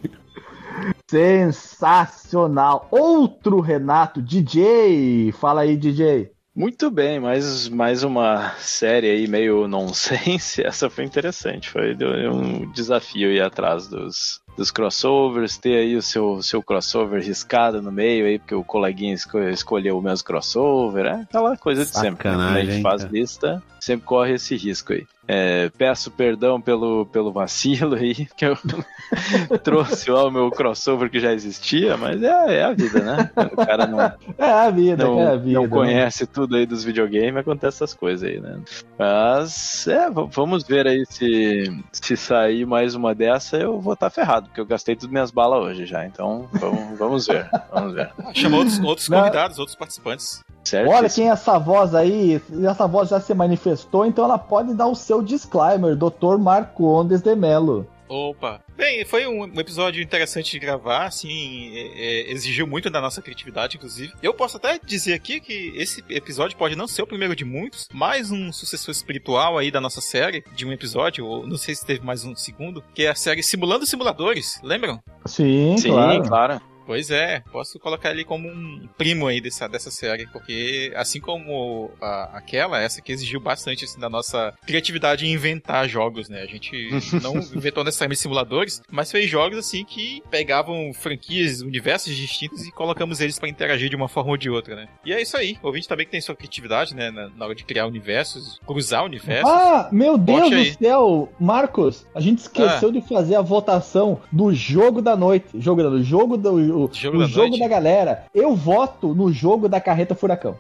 S1: Sensacional! Outro Renato, DJ! Fala aí, DJ!
S4: Muito bem, mais uma série aí meio nonsense. Essa foi interessante, foi um desafio ir atrás dos crossovers, ter aí o seu crossover riscado no meio aí, porque o coleguinha escolheu o mesmo crossover, aquela coisa de sempre. Quando a gente faz lista, sempre corre esse risco aí. Peço perdão pelo vacilo aí, que eu trouxe lá o meu crossover que já existia, mas é a vida, né? O cara não conhece tudo aí dos videogames, acontece essas coisas aí, né? Mas, vamos ver aí se sair mais uma dessa, eu vou estar ferrado, porque eu gastei todas minhas balas hoje já, então vamos ver.
S5: Chama outros convidados, outros participantes.
S4: Certo,
S1: olha quem é essa voz aí, essa voz já se manifestou, então ela pode dar o seu disclaimer, Dr. Marcondes de Mello.
S5: Opa! Bem, foi um episódio interessante de gravar, assim, exigiu muito da nossa criatividade, inclusive. Eu posso até dizer aqui que esse episódio pode não ser o primeiro de muitos, mais um sucessor espiritual aí da nossa série, de um episódio, ou não sei se teve mais um segundo, que é a série Simulando Simuladores, lembram?
S1: Sim, claro.
S5: Pois é, posso colocar ele como um primo aí dessa série, porque assim como essa que exigiu bastante assim, da nossa criatividade em inventar jogos, né? A gente não inventou necessariamente simuladores, mas fez jogos assim que pegavam franquias, universos distintos e colocamos eles pra interagir de uma forma ou de outra, né? E é isso aí, o ouvinte também que tem sua criatividade, né? Na hora de criar universos, cruzar universos.
S1: Ah, meu Deus do céu, Marcos, a gente esqueceu de fazer a votação do jogo da noite. O jogo da galera. Eu voto no jogo da Carreta Furacão.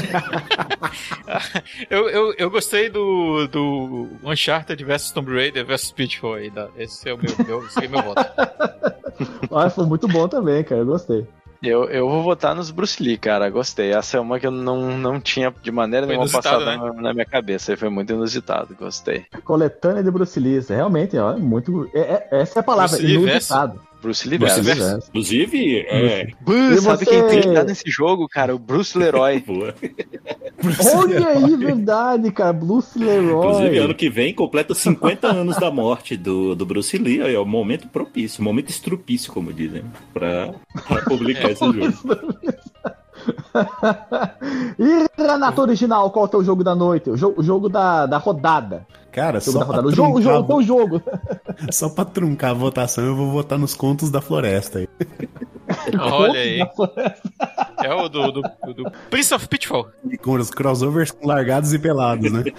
S5: eu gostei do Uncharted vs Tomb Raider vs Pitfall aí. Esse é o meu voto.
S1: Foi muito bom também, cara. Eu gostei.
S4: Eu vou votar nos Bruce Lee, cara. Gostei. Essa é uma que eu não tinha de maneira
S5: Foi
S4: nenhuma
S5: inusitado,
S4: passado na minha cabeça. Foi muito inusitado. Gostei.
S1: Coletânea de Bruce Lee. Realmente, ó, é muito. Essa é a palavra,
S5: Bruce Lee
S1: inusitado.
S4: Bruce Lee
S3: Bruce
S4: versus.
S3: Lee. Inclusive,
S4: Sabe
S1: você-
S4: quem tem que estar nesse jogo, cara? O Bruce Leroy.
S3: boa.
S1: Olha aí, verdade, cara. Bruce
S3: Inclusive,
S1: Leroy.
S3: ano que vem completa 50 anos da morte do Bruce Lee. Aí é o momento propício, momento estrupício, como dizem, pra publicar esse jogo.
S1: E Renato Original, qual é o teu jogo da noite? O jogo da rodada.
S2: Cara,
S1: O jogo
S2: só
S1: da
S2: pra,
S1: rodada. O
S2: truncar,
S1: teu jogo.
S2: só pra truncar a votação, eu vou votar nos Contos da Floresta aí.
S5: Olha aí. É o do Prince of Pitfall.
S2: E com os crossovers largados e pelados, né?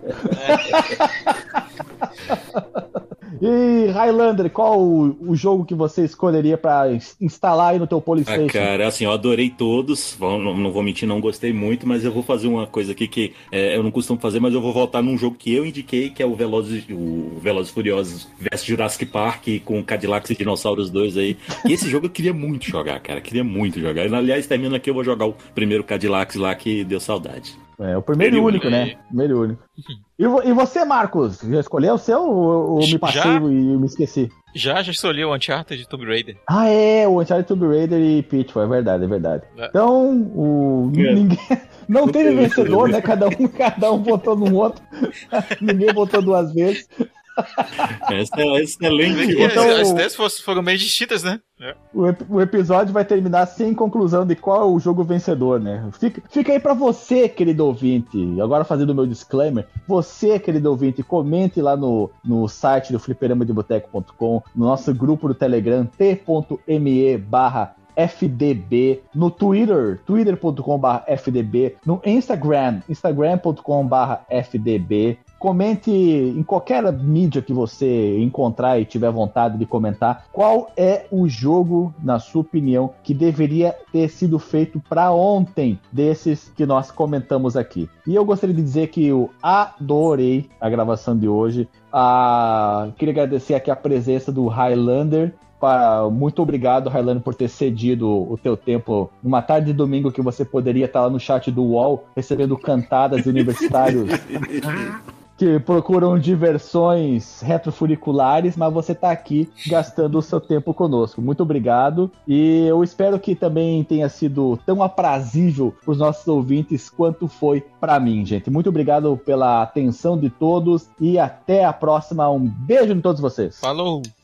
S1: E Highlander, qual o jogo que você escolheria pra instalar aí no teu PlayStation?
S3: Cara, assim, eu adorei todos. Não vou mentir, não gostei muito, mas eu vou fazer uma coisa aqui que eu não costumo fazer, mas eu vou voltar num jogo que eu indiquei, que é o Velozes e Furiosos vs Jurassic Park, com Cadillacs e Dinossauros 2 aí. E esse jogo eu queria muito jogar, cara. Queria muito jogar. E, aliás, terminando aqui, eu vou jogar o primeiro Cadillacs lá, que deu saudade.
S1: É o primeiro e único, né? Primeiro e único. E você, Marcos? Já escolheu o seu ou me passei
S5: Já.
S1: e me esqueci?
S5: Já escolhi o Uncharted de Tomb Raider.
S1: Ah, é, o Uncharted, Tomb Raider e Pitfall, é verdade.
S5: É.
S1: Então, ninguém... Não teve vencedor, né? Cada um votou no outro. Ninguém votou duas vezes.
S3: Essa é excelente.
S1: Então,
S5: As ideias foram bem distintas, né?
S1: O episódio vai terminar sem conclusão de qual é o jogo vencedor, né? Fica aí pra você, querido ouvinte. Agora fazendo o meu disclaimer. Você, querido ouvinte, comente lá no site do fliperamadeboteco.com, no nosso grupo do Telegram, t.me/FDB, no Twitter, twitter.com/FDB, no instagram.com/FDB. Comente em qualquer mídia que você encontrar e tiver vontade de comentar qual é o jogo, na sua opinião, que deveria ter sido feito para ontem desses que nós comentamos aqui. E eu gostaria de dizer que eu adorei a gravação de hoje. Queria agradecer aqui a presença do Highlander. Muito obrigado, Highlander, por ter cedido o teu tempo numa tarde de domingo que você poderia estar lá no chat do UOL recebendo cantadas de universitários que procuram diversões retrofuriculares, mas você está aqui gastando o seu tempo conosco. Muito obrigado, e eu espero que também tenha sido tão aprazível para os nossos ouvintes quanto foi para mim, gente. Muito obrigado pela atenção de todos e até a próxima. Um beijo em todos vocês.
S5: Falou!